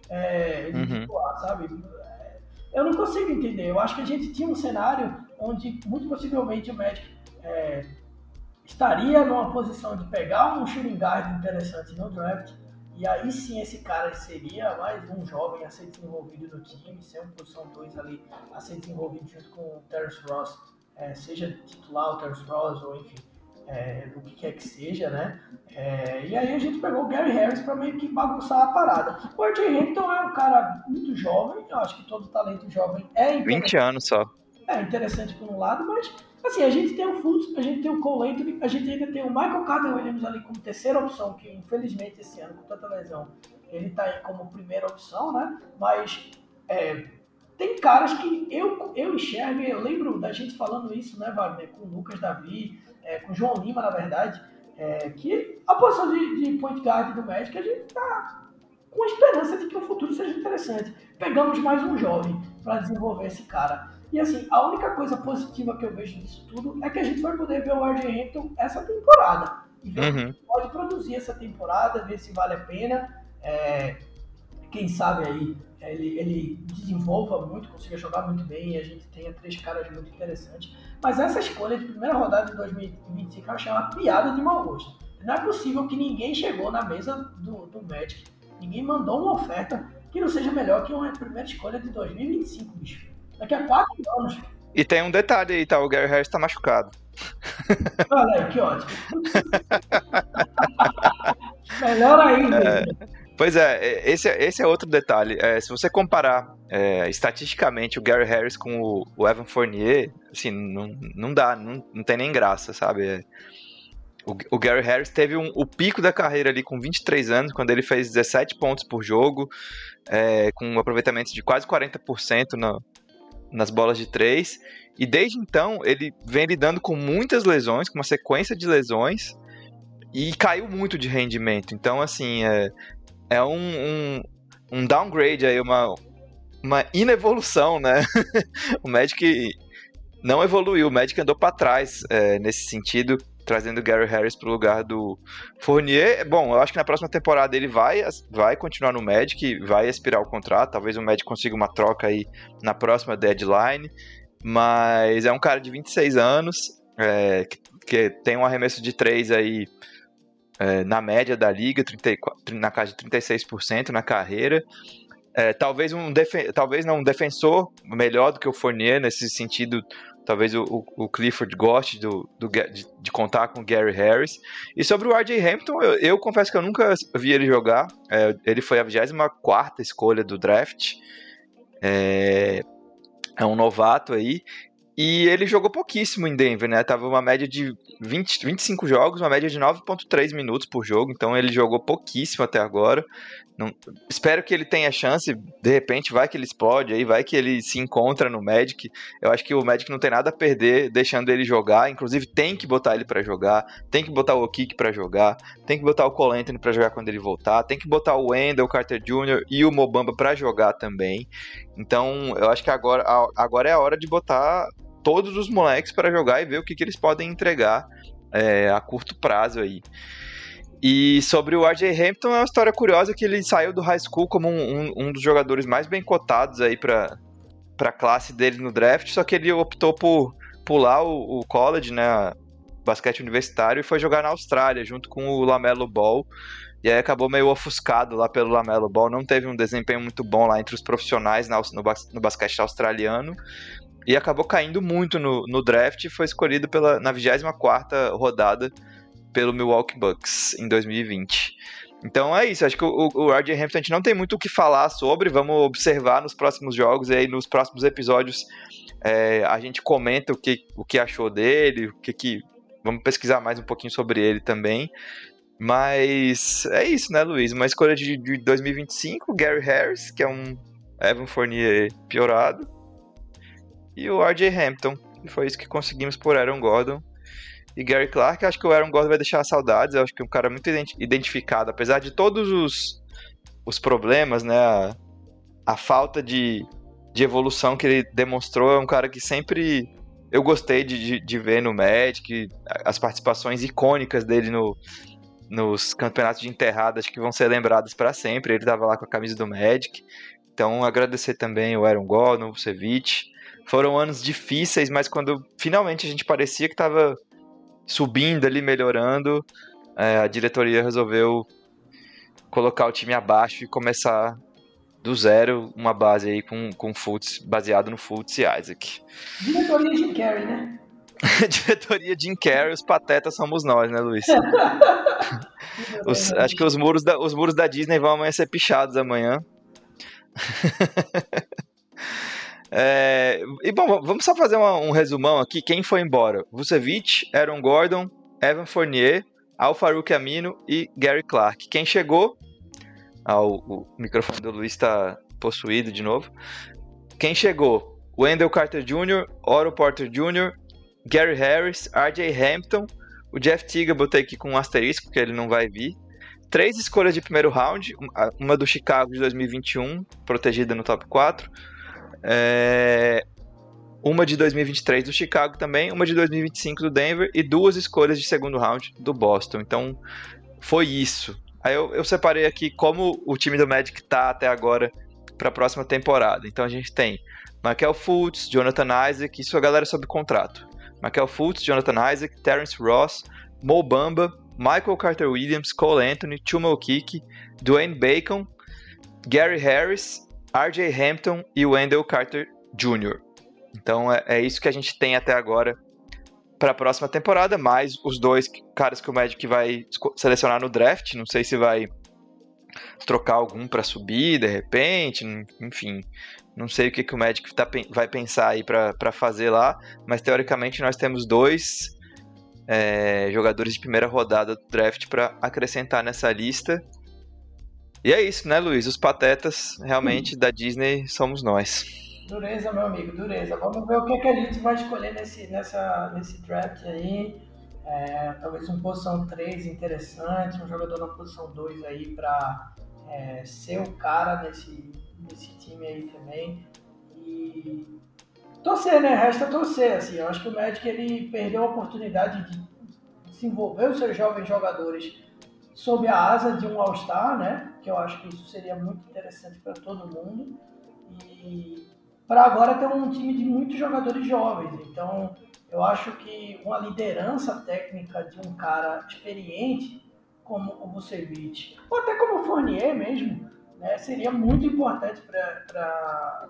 é, de Uhum. titular, sabe? Eu não consigo entender, eu acho que a gente tinha um cenário onde, muito possivelmente, o Magic é, estaria numa posição de pegar um shooting guard interessante no draft, e aí sim esse cara seria mais um jovem a ser desenvolvido no time, ser um posição dois ali a ser desenvolvido junto com o Terrence Ross, é, seja titular o Terrence Ross ou enfim, é, o que quer que seja, né? É, e aí a gente pegou o Gary Harris para meio que bagunçar a parada. O R J Hampton é um cara muito jovem, eu acho que todo talento jovem é vinte anos só. É interessante por um lado, mas assim, a gente tem o Fultz, a gente tem o Cole Anthony, a gente ainda tem o Michael Carter-Williams ali como terceira opção, que infelizmente esse ano, com tanta lesão, ele tá aí como primeira opção, né? Mas é, tem caras que eu, eu enxergo, eu lembro da gente falando isso, né, Wagner, com o Lucas Davi, é, com o João Lima, na verdade, é, que a posição de, de point guard do Magic, a gente tá com a esperança de que o futuro seja interessante. Pegamos mais um jovem para desenvolver esse cara. E assim, a única coisa positiva que eu vejo disso tudo é que a gente vai poder ver o R J Hampton essa temporada. E ver Uhum. o que pode produzir essa temporada, ver se vale a pena. É, quem sabe aí ele, ele desenvolva muito, consiga jogar muito bem e a gente tenha três caras muito interessantes. Mas essa escolha de primeira rodada de dois mil e vinte e cinco eu achei uma piada de mau gosto. Não é possível que ninguém chegou na mesa do, do Magic, ninguém mandou uma oferta que não seja melhor que uma primeira escolha de dois mil e vinte e cinco, bicho. Daqui a quatro anos. E tem um detalhe aí, tá? O Gary Harris tá machucado. Olha aí, que ótimo. Melhor ainda. É, Pois é, esse, é- esse é outro detalhe. É, se você comparar é, estatisticamente o Gary Harris com o, o Evan Fournier, assim, não, não dá, não, não tem nem graça, sabe? É, o, o Gary Harris teve um- o pico da carreira ali com vinte e três anos, quando ele fez dezessete pontos por jogo, é, com um aproveitamento de quase quarenta por cento na, nas bolas de três. E desde então, ele vem lidando com muitas lesões, com uma sequência de lesões, e caiu muito de rendimento. Então, assim, é, é um, um, um downgrade aí, uma, uma inevolução, né? O Magic não evoluiu, o Magic andou para trás é, nesse sentido, trazendo o Gary Harris pro lugar do Fournier. Bom, eu acho que na próxima temporada ele vai, vai continuar no Magic, vai expirar o contrato, talvez o Magic consiga uma troca aí na próxima deadline, mas é um cara de vinte e seis anos, é, que, que tem um arremesso de três aí é, na média da liga, trinta e quatro, na casa de trinta e seis por cento na carreira. É, talvez, um defen- talvez não um defensor melhor do que o Fournier, nesse sentido, talvez o, o- o Clifford goste do, do Ga- de, de contar com o Gary Harris. E sobre o R J Hampton, eu, eu confesso que eu nunca vi ele jogar. É, ele foi a vigésima quarta escolha do draft. É, é um novato aí. E ele jogou pouquíssimo em Denver, né? Tava uma média de vinte, vinte e cinco jogos, uma média de nove vírgula três minutos por jogo. Então ele jogou pouquíssimo até agora. Não, espero que ele tenha chance, de repente vai que ele explode, aí vai que ele se encontra no Magic. Eu acho que o Magic não tem nada a perder deixando ele jogar, inclusive tem que botar ele pra jogar, tem que botar o Okiki pra jogar, tem que botar o Cole Anthony pra jogar quando ele voltar, tem que botar o Wendell Carter Júnior e o Mo Bamba pra jogar também. Então eu acho que agora, agora é a hora de botar todos os moleques para jogar e ver o que, que eles podem entregar é, a curto prazo aí. E sobre o R J Hampton, é uma história curiosa que ele saiu do high school como um, um, um dos jogadores mais bem cotados aí para a classe dele no draft, só que ele optou por pular o, o college, né, basquete universitário, e foi jogar na Austrália, junto com o LaMelo Ball, e aí acabou meio ofuscado lá pelo LaMelo Ball, não teve um desempenho muito bom lá entre os profissionais no, no, no basquete australiano, e acabou caindo muito no, no draft e foi escolhido pela, na vigésima quarta rodada pelo Milwaukee Bucks em dois mil e vinte. Então é isso, acho que o, o R J Hampton a gente não tem muito o que falar sobre, vamos observar nos próximos jogos e aí nos próximos episódios é, a gente comenta o que, o que achou dele, o que, que vamos pesquisar mais um pouquinho sobre ele também. Mas é isso, né, Luiz? Uma escolha de, de dois mil e vinte e cinco, Gary Harris, que é um Evan Fournier piorado, e o R J Hampton, e foi isso que conseguimos por Aaron Gordon e Gary Clark. Acho que o Aaron Gordon vai deixar saudades, eu acho que é um cara muito identificado, apesar de todos os, os problemas, né, a, a falta de, de evolução que ele demonstrou, é um cara que sempre eu gostei de, de, de ver no Magic, as participações icônicas dele no, nos campeonatos de enterradas que vão ser lembradas para sempre, ele estava lá com a camisa do Magic. Então agradecer também o Aaron Gordon, o Vucevic. Foram anos difíceis, mas quando finalmente a gente parecia que estava subindo ali, melhorando, é, a diretoria resolveu colocar o time abaixo e começar do zero uma base aí com, com Fultz, baseado no Fultz e Isaac. Diretoria Jim Carrey, né? Diretoria Jim Carrey, os patetas somos nós, né, Luiz? os, acho que os muros, da, os muros da Disney vão amanhecer pichados amanhã. É, e bom, vamos só fazer uma, um resumão aqui. Quem foi embora? Vucevic, Aaron Gordon, Evan Fournier, Al-Farouq Amino e Gary Clark. Quem chegou? Ah, o, o microfone do Luiz está possuído de novo. Quem chegou? Wendell Carter Júnior, Otto Porter Júnior, Gary Harris, R J Hampton, o Jeff Teague eu botei aqui com um asterisco, porque ele não vai vir. Três escolhas de primeiro round, uma do Chicago de dois mil e vinte e um, protegida no top quatro. É... Uma de dois mil e vinte e três do Chicago também, uma de dois mil e vinte e cinco do Denver e duas escolhas de segundo round do Boston. Então, foi isso. Aí eu, eu separei aqui como o time do Magic tá até agora para a próxima temporada. Então a gente tem Markelle Fultz, Jonathan Isaac, isso a galera sob contrato. Markelle Fultz, Jonathan Isaac, Terrence Ross, Mo Bamba, Michael Carter Williams, Cole Anthony, Chuma Okeke, Dwayne Bacon, Gary Harris, R J Hampton e Wendell Carter Júnior Então é, é isso que a gente tem até agora para a próxima temporada, mais os dois caras que o Magic vai selecionar no draft. Não sei se vai trocar algum para subir de repente, enfim. Não sei o que, que o Magic tá, vai pensar aí para fazer lá, mas teoricamente nós temos dois é, jogadores de primeira rodada do draft para acrescentar nessa lista. E é isso, né, Luiz? Os patetas realmente da Disney somos nós. Dureza, meu amigo, dureza. Vamos ver o que, que a gente vai escolher nesse, nessa, nesse draft aí. É, talvez uma posição três interessante, um jogador na posição dois aí para é, ser o cara nesse, nesse time aí também. E torcer, né? Resta torcer, assim. Eu acho que o Magic ele perdeu a oportunidade de desenvolver os seus jovens jogadores sob a asa de um All-Star, né? Que eu acho que isso seria muito interessante para todo mundo. E para agora ter um time de muitos jogadores jovens. Então, eu acho que uma liderança técnica de um cara experiente como o Vucevic, ou até como o Fournier mesmo, né, seria muito importante para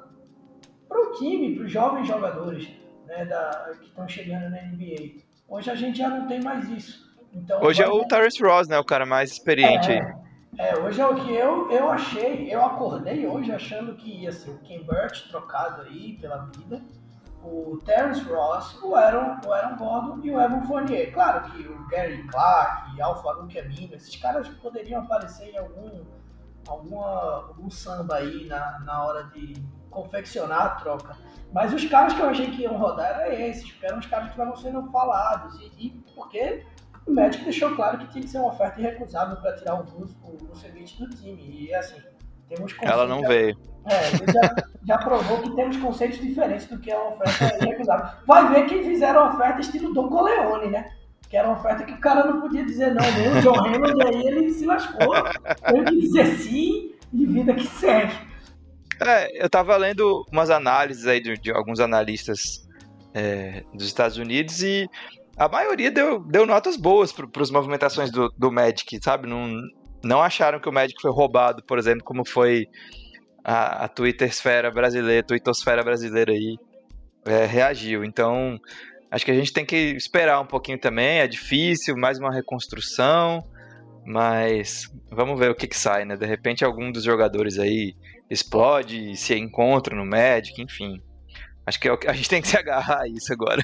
o time, para os jovens jogadores, né, da, que estão chegando na N B A. Hoje a gente já não tem mais isso. Então, hoje é o ter... Terrence Ross, né, o cara mais experiente é, aí. É, hoje é o que eu, eu achei, eu acordei hoje achando que ia ser o Ken Burch trocado aí pela vida, o Terrence Ross, o Aaron, o Aaron Gordon e o Evan Fournier. Claro que o Gary Clark, Al-Farouq Aminu, esses caras poderiam aparecer em algum, alguma, algum samba aí na, na hora de confeccionar a troca. Mas os caras que eu achei que iam rodar eram esses, porque eram os caras que estavam sendo falados. E, e porque o Magic deixou claro que tinha que ser uma oferta irrecusável para tirar o Vucevic do time. E assim, temos conceitos. Ela não veio. É, ele já, já provou que temos conceitos diferentes do que é uma oferta irrecusável. Vai ver quem fizeram a oferta estilo Don Corleone, né? Que era uma oferta que o cara não podia dizer não, nem o John Hammond, e aí ele se lascou. Teve que dizer sim e vida que segue. É, eu tava lendo umas análises aí de, de alguns analistas é, dos Estados Unidos e a maioria deu, deu notas boas para as movimentações do, do Magic, sabe? Não, não acharam que o Magic foi roubado, por exemplo, como foi a, a Twittersfera brasileira, a Twittosfera brasileira aí é, reagiu. Então, acho que a gente tem que esperar um pouquinho também, é difícil, mais uma reconstrução, mas vamos ver o que que sai, né? De repente algum dos jogadores aí explode e se encontra no Magic, enfim. Acho que é o que a gente tem que se agarrar a isso agora.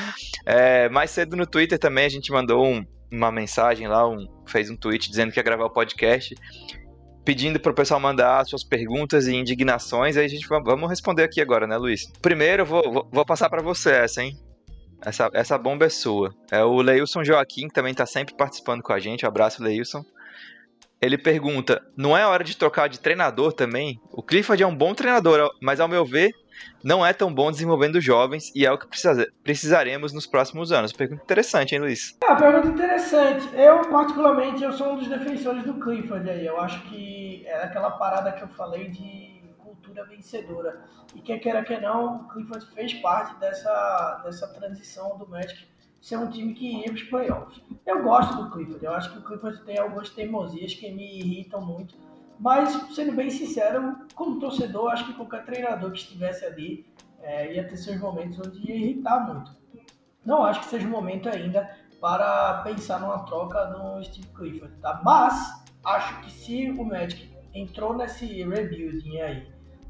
É, mais cedo no Twitter também a gente mandou um, uma mensagem lá, um, fez um tweet dizendo que ia gravar o podcast, pedindo para o pessoal mandar suas perguntas e indignações. Aí a gente vai, vamos responder aqui agora, né, Luiz? Primeiro, eu vou, vou, vou passar para você essa, hein? Essa, essa bomba é sua. É o Leilson Joaquim, que também está sempre participando com a gente. Um abraço, Leilson. Ele pergunta, não é hora de trocar de treinador também? O Clifford é um bom treinador, mas ao meu ver, não é tão bom desenvolvendo jovens e é o que precisa, precisaremos nos próximos anos. Pergunta interessante, hein, Luiz? É uma pergunta interessante. Eu, particularmente, eu sou um dos defensores do Clifford aí. Eu acho que é aquela parada que eu falei de cultura vencedora. E quer queira que não, o Clifford fez parte dessa, dessa transição do Magic ser um time que ia para os playoffs. Eu gosto do Clifford. Eu acho que o Clifford tem algumas teimosias que me irritam muito. Mas, sendo bem sincero, como torcedor, acho que qualquer treinador que estivesse ali é, ia ter seus momentos onde ia irritar muito. Não acho que seja o momento ainda para pensar numa troca no Steve Clifford, tá? Mas acho que se o Magic entrou nesse rebuilding aí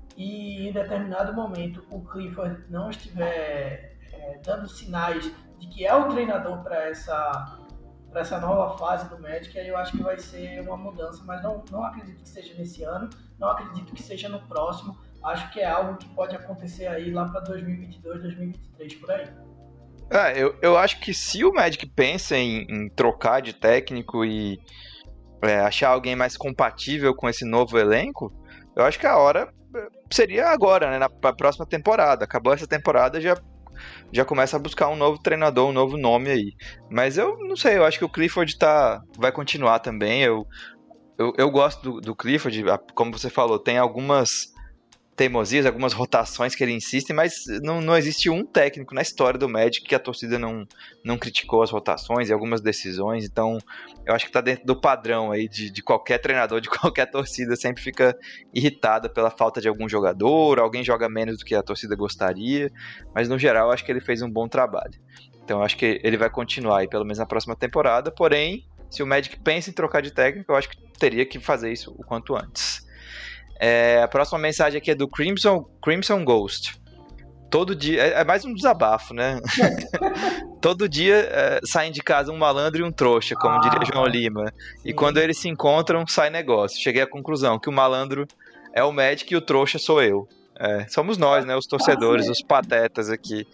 e em determinado momento o Clifford não estiver é, dando sinais de que é o treinador para essa para essa nova fase do Magic, aí eu acho que vai ser uma mudança, mas não, não acredito que seja nesse ano, não acredito que seja no próximo, acho que é algo que pode acontecer aí lá para dois mil e vinte e dois, dois mil e vinte e três, por aí. É, eu, eu acho que se o Magic pensa em, em trocar de técnico e é, achar alguém mais compatível com esse novo elenco, eu acho que a hora seria agora, né, na pra próxima temporada. Acabou essa temporada, já já começa a buscar um novo treinador, um novo nome aí. Mas eu não sei, eu acho que o Clifford tá, vai continuar também. Eu, eu, eu gosto do, do Clifford, como você falou, tem algumas teimosias, algumas rotações que ele insiste, mas não, não existe um técnico na história do Magic que a torcida não, não criticou as rotações e algumas decisões. Então eu acho que tá dentro do padrão aí de, de qualquer treinador, de qualquer torcida, sempre fica irritada pela falta de algum jogador, alguém joga menos do que a torcida gostaria, mas no geral eu acho que ele fez um bom trabalho. Então eu acho que ele vai continuar aí pelo menos na próxima temporada, porém se o Magic pensa em trocar de técnico, eu acho que teria que fazer isso o quanto antes. É, a próxima mensagem aqui é do Crimson, Crimson Ghost. Todo dia, é, é mais um desabafo, né? Todo dia é, saem de casa um malandro e um trouxa, como ah, diria João Lima. Sim. E quando eles se encontram, sai negócio. Cheguei à conclusão que o malandro é o Magic e o trouxa sou eu. É, somos nós, né? Os torcedores, os patetas aqui.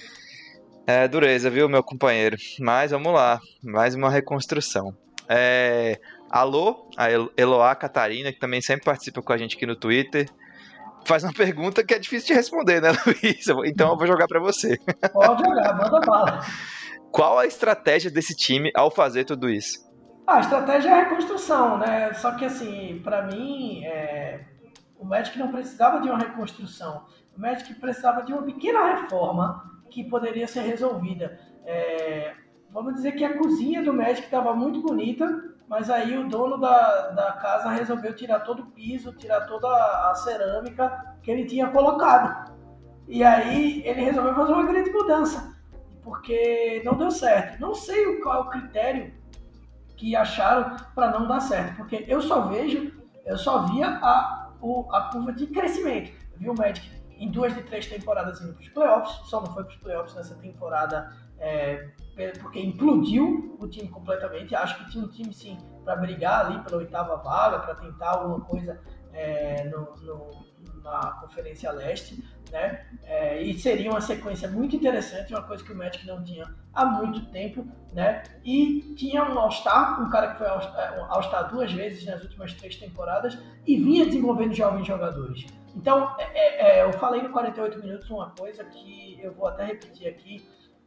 É dureza, viu, meu companheiro? Mas vamos lá, mais uma reconstrução. É, alô, a Eloá Catarina, que também sempre participa com a gente aqui no Twitter, faz uma pergunta que é difícil de responder, né, Luiz? Então eu vou jogar pra você. Pode jogar, manda bala. Qual a estratégia desse time ao fazer tudo isso? Ah, a estratégia é a reconstrução, né? Só que assim, pra mim, é... o Magic não precisava de uma reconstrução. O Magic precisava de uma pequena reforma que poderia ser resolvida. É... Vamos dizer que a cozinha do Magic estava muito bonita, mas aí o dono da, da casa resolveu tirar todo o piso, tirar toda a cerâmica que ele tinha colocado. E aí ele resolveu fazer uma grande mudança, porque não deu certo. Não sei qual é o critério que acharam para não dar certo, porque eu só vejo, eu só via a, o, a curva de crescimento. Eu vi o Magic em duas de três temporadas indo para os playoffs, só não foi para os playoffs nessa temporada, é, porque implodiu o time completamente. Acho que tinha um time sim para brigar ali pela oitava vaga, para tentar alguma coisa é, no, no, na Conferência Leste, né? É, e seria uma sequência muito interessante, uma coisa que o Magic não tinha há muito tempo, né? E tinha um All-Star, um cara que foi All-Star duas vezes nas últimas três temporadas e vinha desenvolvendo jovens jogadores. Então, é, é, eu falei no quarenta e oito minutos uma coisa que eu vou até repetir aqui.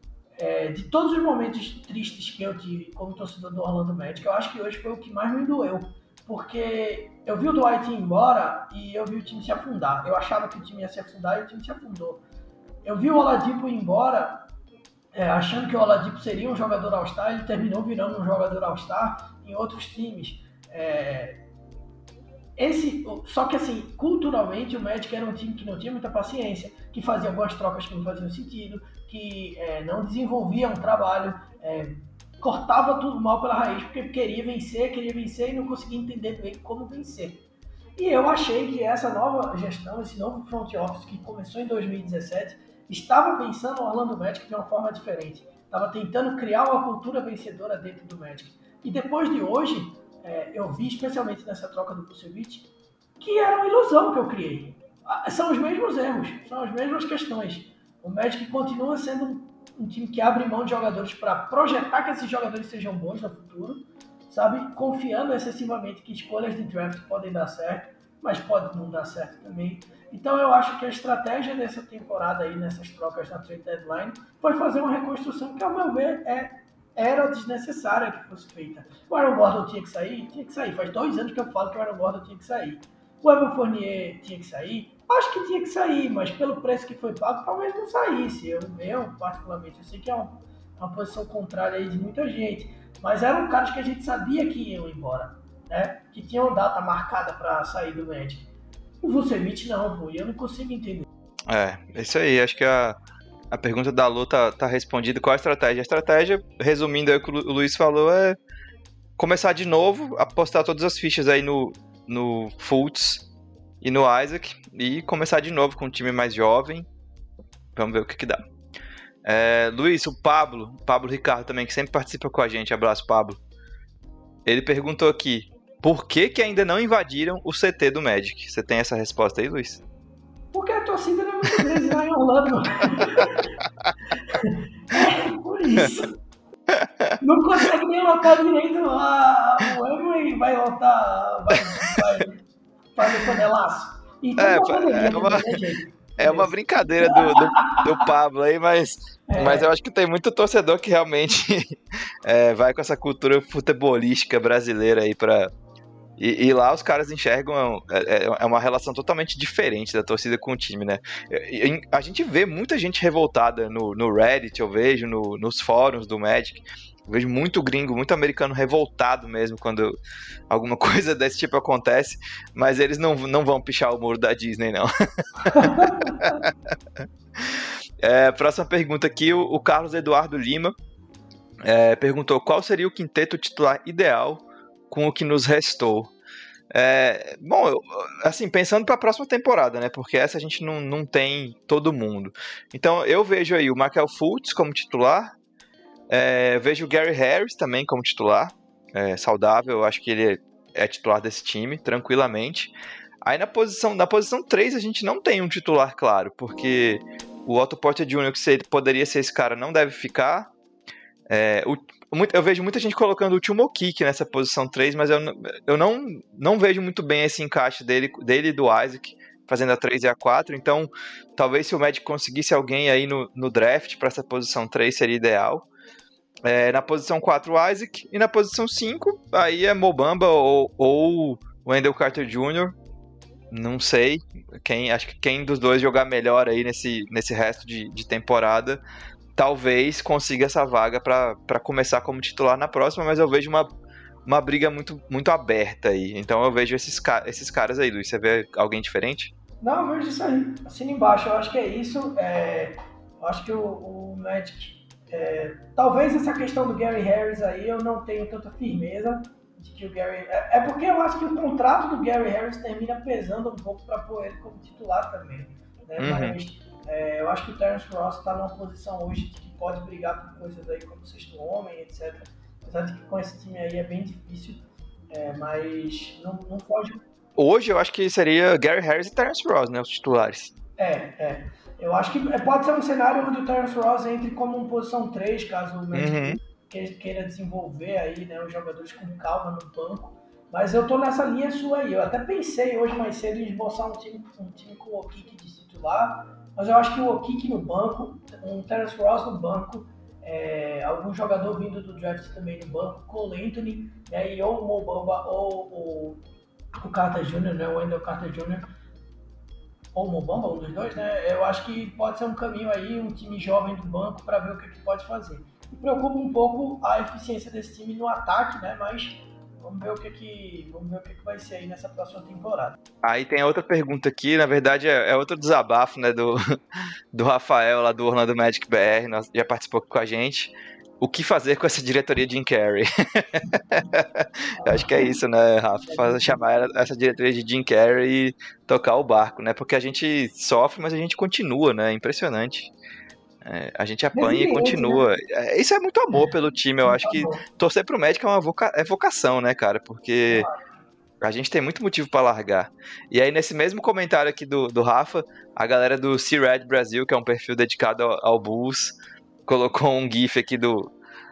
É, de todos os momentos tristes que eu tive como torcedor do Orlando Magic, eu acho que hoje foi o que mais me doeu, porque eu vi o Dwight ir embora e eu vi o time se afundar. Eu achava que o time ia se afundar e o time se afundou. Eu vi o Oladipo ir embora é, achando que o Oladipo seria um jogador All-Star, ele terminou virando um jogador All-Star em outros times. É, esse, só que assim, culturalmente o Magic era um time que não tinha muita paciência, que fazia algumas trocas que não faziam sentido, que é, não desenvolvia um trabalho, é, cortava tudo mal pela raiz, porque queria vencer, queria vencer e não conseguia entender bem como vencer. E eu achei que essa nova gestão, esse novo front office que começou em dois mil e dezessete, estava pensando o Orlando Magic de uma forma diferente. Estava tentando criar uma cultura vencedora dentro do Magic. E depois de hoje, é, eu vi, especialmente nessa troca do Vucevic, que era uma ilusão que eu criei. São os mesmos erros, são as mesmas questões. O Magic continua sendo um, um time que abre mão de jogadores para projetar que esses jogadores sejam bons no futuro, sabe? Confiando excessivamente que escolhas de draft podem dar certo, mas pode não dar certo também. Então eu acho que a estratégia dessa temporada aí, nessas trocas na trade deadline, foi fazer uma reconstrução que, ao meu ver, é, era desnecessária que fosse feita. O Aaron Gordon tinha que sair? Tinha que sair. Faz dois anos que eu falo que o Aaron Gordon tinha que sair. O Evan Fournier tinha que sair? Acho que tinha que sair, mas pelo preço que foi pago, talvez não saísse. Eu, eu particularmente, eu sei que é uma, uma posição contrária aí de muita gente, mas eram caras que a gente sabia que iam embora, né? Que tinham data marcada para sair do Magic. O Vucevic não, pô, e eu não consigo entender. É, isso aí, acho que a, a pergunta da Lu tá, tá respondida. Qual a estratégia? A estratégia, resumindo aí o que o Luiz falou, é começar de novo, apostar todas as fichas aí no, no Fultz e no Isaac, e começar de novo com um time mais jovem. Vamos ver o que que dá. É, Luiz, o Pablo, Pablo Ricardo também, que sempre participa com a gente, abraço, Pablo. Ele perguntou aqui, por que que ainda não invadiram o C T do Magic? Você tem essa resposta aí, Luiz? Porque a torcida não é muito grande lá em Orlando. É, por isso. Não consegue nem lotar direito a, o Wembley, vai lotar, vai, vai fazer panelaço. Então, é, poderia, é, uma, né, é uma brincadeira do, do, do Pablo aí, mas, é. mas eu acho que tem muito torcedor que realmente é, vai com essa cultura futebolística brasileira aí pra... E, e lá os caras enxergam, é, é uma relação totalmente diferente da torcida com o time, né? E, a gente vê muita gente revoltada no, no Reddit, eu vejo, no, nos fóruns do Magic. Eu vejo muito gringo, muito americano revoltado mesmo quando alguma coisa desse tipo acontece, mas eles não, não vão pichar o muro da Disney, não. É, próxima pergunta aqui, o, o Carlos Eduardo Lima é, perguntou qual seria o quinteto titular ideal com o que nos restou. É, bom, eu, assim, pensando para a próxima temporada, né? Porque essa a gente não, não tem todo mundo. Então eu vejo aí o Markelle Fultz como titular, é, vejo o Gary Harris também como titular, é, saudável, eu acho que ele é, é titular desse time, tranquilamente. Aí na posição, na posição três a gente não tem um titular claro, porque o Otto Porter Júnior, que seria, poderia ser esse cara, não deve ficar. É, o, eu vejo muita gente colocando o Timo Kick nessa posição três, mas eu, eu não, não vejo muito bem esse encaixe dele, dele e do Isaac fazendo a três e a quatro, então talvez se o Magic conseguisse alguém aí no, no draft para essa posição três seria ideal. É, na posição quatro o Isaac, e na posição cinco aí é Mo Bamba ou, ou Wendell Carter Júnior, não sei, quem, acho que quem dos dois jogar melhor aí nesse, nesse resto de, de temporada talvez consiga essa vaga para começar como titular na próxima, mas eu vejo uma, uma briga muito, muito aberta aí. Então eu vejo esses, esses caras aí, Luiz. Você vê alguém diferente? Não, eu vejo isso aí. Assina embaixo. Eu acho que é isso. É, eu acho que o, o Magic... É, talvez essa questão do Gary Harris aí eu não tenho tanta firmeza de que o Gary... É, é porque eu acho que o contrato do Gary Harris termina pesando um pouco para pôr ele como titular também. Né? Uhum. Mas... É, eu acho que o Terrence Ross está numa posição hoje que pode brigar por coisas aí como sexto homem, etcétera. Apesar de que com esse time aí é bem difícil, é, mas não, não pode... Hoje eu acho que seria Gary Harris e Terrence Ross, né, os titulares. É, é. Eu acho que pode ser um cenário onde o Terrence Ross entre como uma posição três, caso o Magic uhum. queira desenvolver aí, né, os jogadores com calma no banco. Mas eu tô nessa linha sua aí. Eu até pensei hoje mais cedo em esboçar um time, um time com o Okiki de titular, mas eu acho que o Okiki no banco, um Terrence Ross no banco, é, algum jogador vindo do draft também no banco, Cole Anthony, né, e ou o Mo Bamba ou o, o Carter Júnior, né, o Wendell Carter Júnior, ou o Mo Bamba, um dos dois, né, eu acho que pode ser um caminho aí, um time jovem do banco para ver o que, que pode fazer. Me preocupa um pouco a eficiência desse time no ataque, né, mas vamos ver o que que, vamos ver o que, que vai ser aí nessa próxima temporada. Aí tem outra pergunta aqui, na verdade é, é outro desabafo, né, do, do Rafael lá do Orlando Magic B R, nós, já participou aqui com a gente. O que fazer com essa diretoria de Jim Carrey? Eu acho que é isso, né, Rafa? Fazer, chamar essa diretoria de Jim Carrey e tocar o barco, né? Porque a gente sofre, mas a gente continua, né? É impressionante. É, a gente apanha e continua. Né? Isso é muito amor pelo time. Eu acho que torcer pro Magic é uma voca... é vocação, né, cara? Porque a gente tem muito motivo pra largar. E aí, nesse mesmo comentário aqui do, do Rafa, a galera do C-Red Brasil, que é um perfil dedicado ao, ao Bulls, colocou um gif aqui do,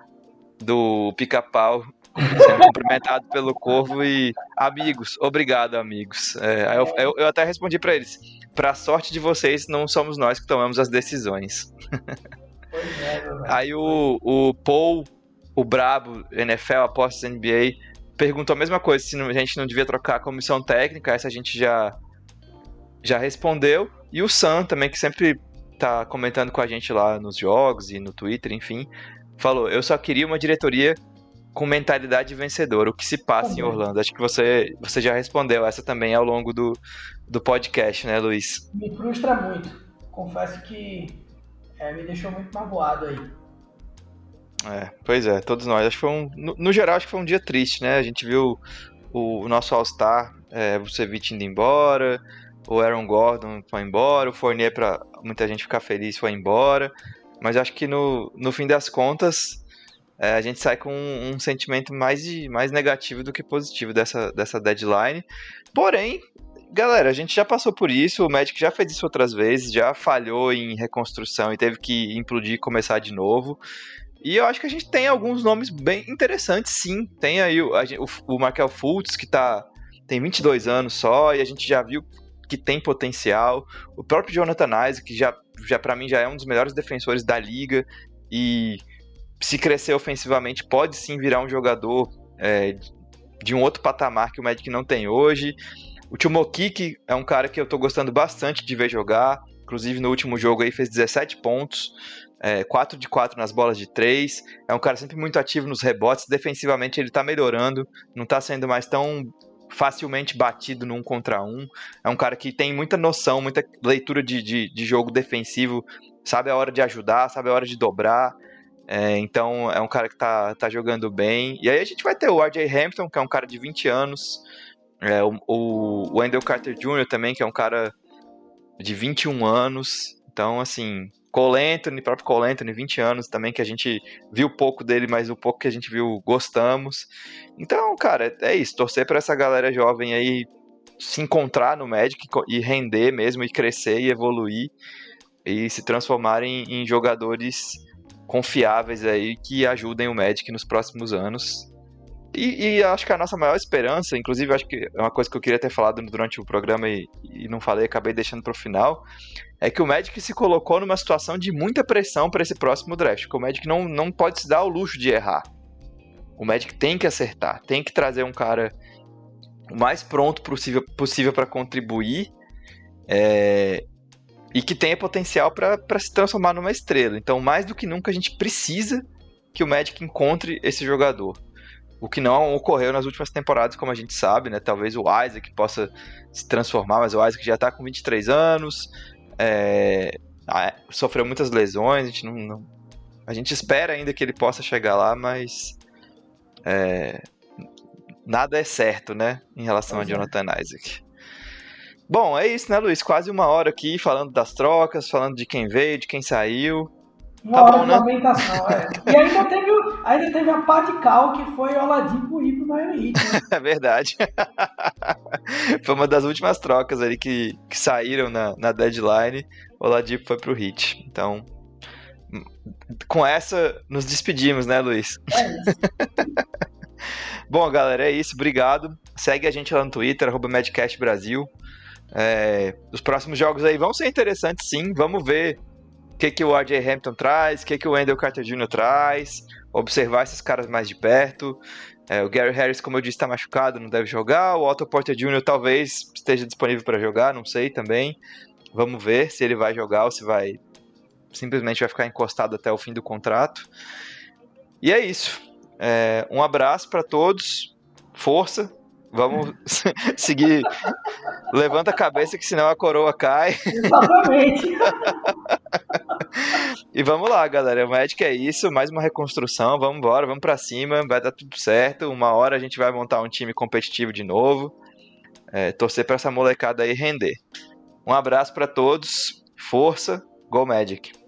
do Pica-Pau sendo cumprimentado pelo Corvo e amigos, obrigado amigos. É, eu, eu, eu até respondi pra eles, pra sorte de vocês, não somos nós que tomamos as decisões. Pois é, aí o, o Paul, o brabo, N F L, apostas N B A, perguntou a mesma coisa, se a gente não devia trocar a comissão técnica, essa a gente já, já respondeu. E o Sam também, que sempre tá comentando com a gente lá nos jogos e no Twitter, enfim, falou, eu só queria uma diretoria com mentalidade vencedora, o que se passa também em Orlando. Acho que você, você já respondeu essa também ao longo do, do podcast, né, Luiz? Me frustra muito. Confesso que é, me deixou muito magoado aí. É, pois é, todos nós. Acho que foi um, no, no geral, acho que foi um dia triste, né? A gente viu o, o nosso All-Star, é, o Vucevic indo embora, o Aaron Gordon foi embora, o Fournier, pra muita gente ficar feliz, foi embora. Mas acho que no, no fim das contas, é, a gente sai com um, um sentimento mais, de, mais negativo do que positivo dessa, dessa deadline. Porém, galera, a gente já passou por isso, o Magic já fez isso outras vezes, já falhou em reconstrução e teve que implodir e começar de novo. E eu acho que a gente tem alguns nomes bem interessantes, sim. Tem aí o, o, o Markelle Fultz, que tá, tem vinte e dois anos só, e a gente já viu que tem potencial. O próprio Jonathan Isaac, que já, já para mim já é um dos melhores defensores da liga, e se crescer ofensivamente pode sim virar um jogador é, de um outro patamar que o Magic não tem hoje. O Timo Kick é um cara que eu tô gostando bastante de ver jogar, inclusive no último jogo aí fez dezessete pontos, é, quatro de quatro nas bolas de três, é um cara sempre muito ativo nos rebotes, defensivamente ele tá melhorando, não tá sendo mais tão facilmente batido num contra um, é um cara que tem muita noção, muita leitura de, de, de jogo defensivo, sabe a hora de ajudar, sabe a hora de dobrar, É, então é um cara que tá, tá jogando bem. E aí a gente vai ter o R J Hampton, que é um cara de vinte anos. É, o, o Wendell Carter Júnior também, que é um cara de vinte e um anos. Então, assim, Cole Anthony, próprio Cole Anthony, vinte anos também, que a gente viu pouco dele, mas o pouco que a gente viu, gostamos. Então, cara, é isso. Torcer pra essa galera jovem aí se encontrar no Magic e render mesmo, e crescer e evoluir, e se transformarem em jogadores confiáveis aí, que ajudem o Magic nos próximos anos. E, e acho que a nossa maior esperança, inclusive acho que é uma coisa que eu queria ter falado durante o programa e, e não falei, acabei deixando pro final, é que o Magic se colocou numa situação de muita pressão para esse próximo draft, porque o Magic não, não pode se dar o luxo de errar. O Magic tem que acertar, tem que trazer um cara o mais pronto possível, possível para contribuir, é, e que tenha potencial para se transformar numa estrela. Então, mais do que nunca, a gente precisa que o Magic encontre esse jogador. O que não ocorreu nas últimas temporadas, como a gente sabe, né? Talvez o Isaac possa se transformar, mas o Isaac já está com vinte e três anos, é, sofreu muitas lesões, a gente, não, não, a gente espera ainda que ele possa chegar lá, mas é, nada é certo, né? Em relação pois a Jonathan é. Isaac. Bom, é isso, né, Luiz? Quase uma hora aqui falando das trocas, falando de quem veio, de quem saiu. Uma tá hora bom, de né? lamentação, é. E ainda teve, ainda teve a pá de cal, que foi o Oladipo ir pro Miami Heat, né? É verdade. Foi uma das últimas trocas ali que, que saíram na, na deadline. O Oladipo foi pro Heat. Então, com essa, nos despedimos, né, Luiz? É isso. Bom, galera, é isso. Obrigado. Segue a gente lá no Twitter, arroba Madcast Brasil. É, os próximos jogos aí vão ser interessantes, sim. Vamos ver o que, que o R J Hampton traz, o que, que o Wendell Carter Júnior traz, observar esses caras mais de perto. É, o Gary Harris, como eu disse, está machucado, não deve jogar. O Otto Porter Júnior talvez esteja disponível para jogar, não sei também. Vamos ver se ele vai jogar ou se vai simplesmente vai ficar encostado até o fim do contrato. E é isso. É, um abraço para todos. Força. Vamos seguir. Levanta a cabeça que senão a coroa cai. Exatamente. E vamos lá, galera. O Magic é isso. Mais uma reconstrução. Vamos embora, vamos pra cima. Vai dar tudo certo. Uma hora a gente vai montar um time competitivo de novo. É, torcer pra essa molecada aí render. Um abraço pra todos. Força. Go Magic.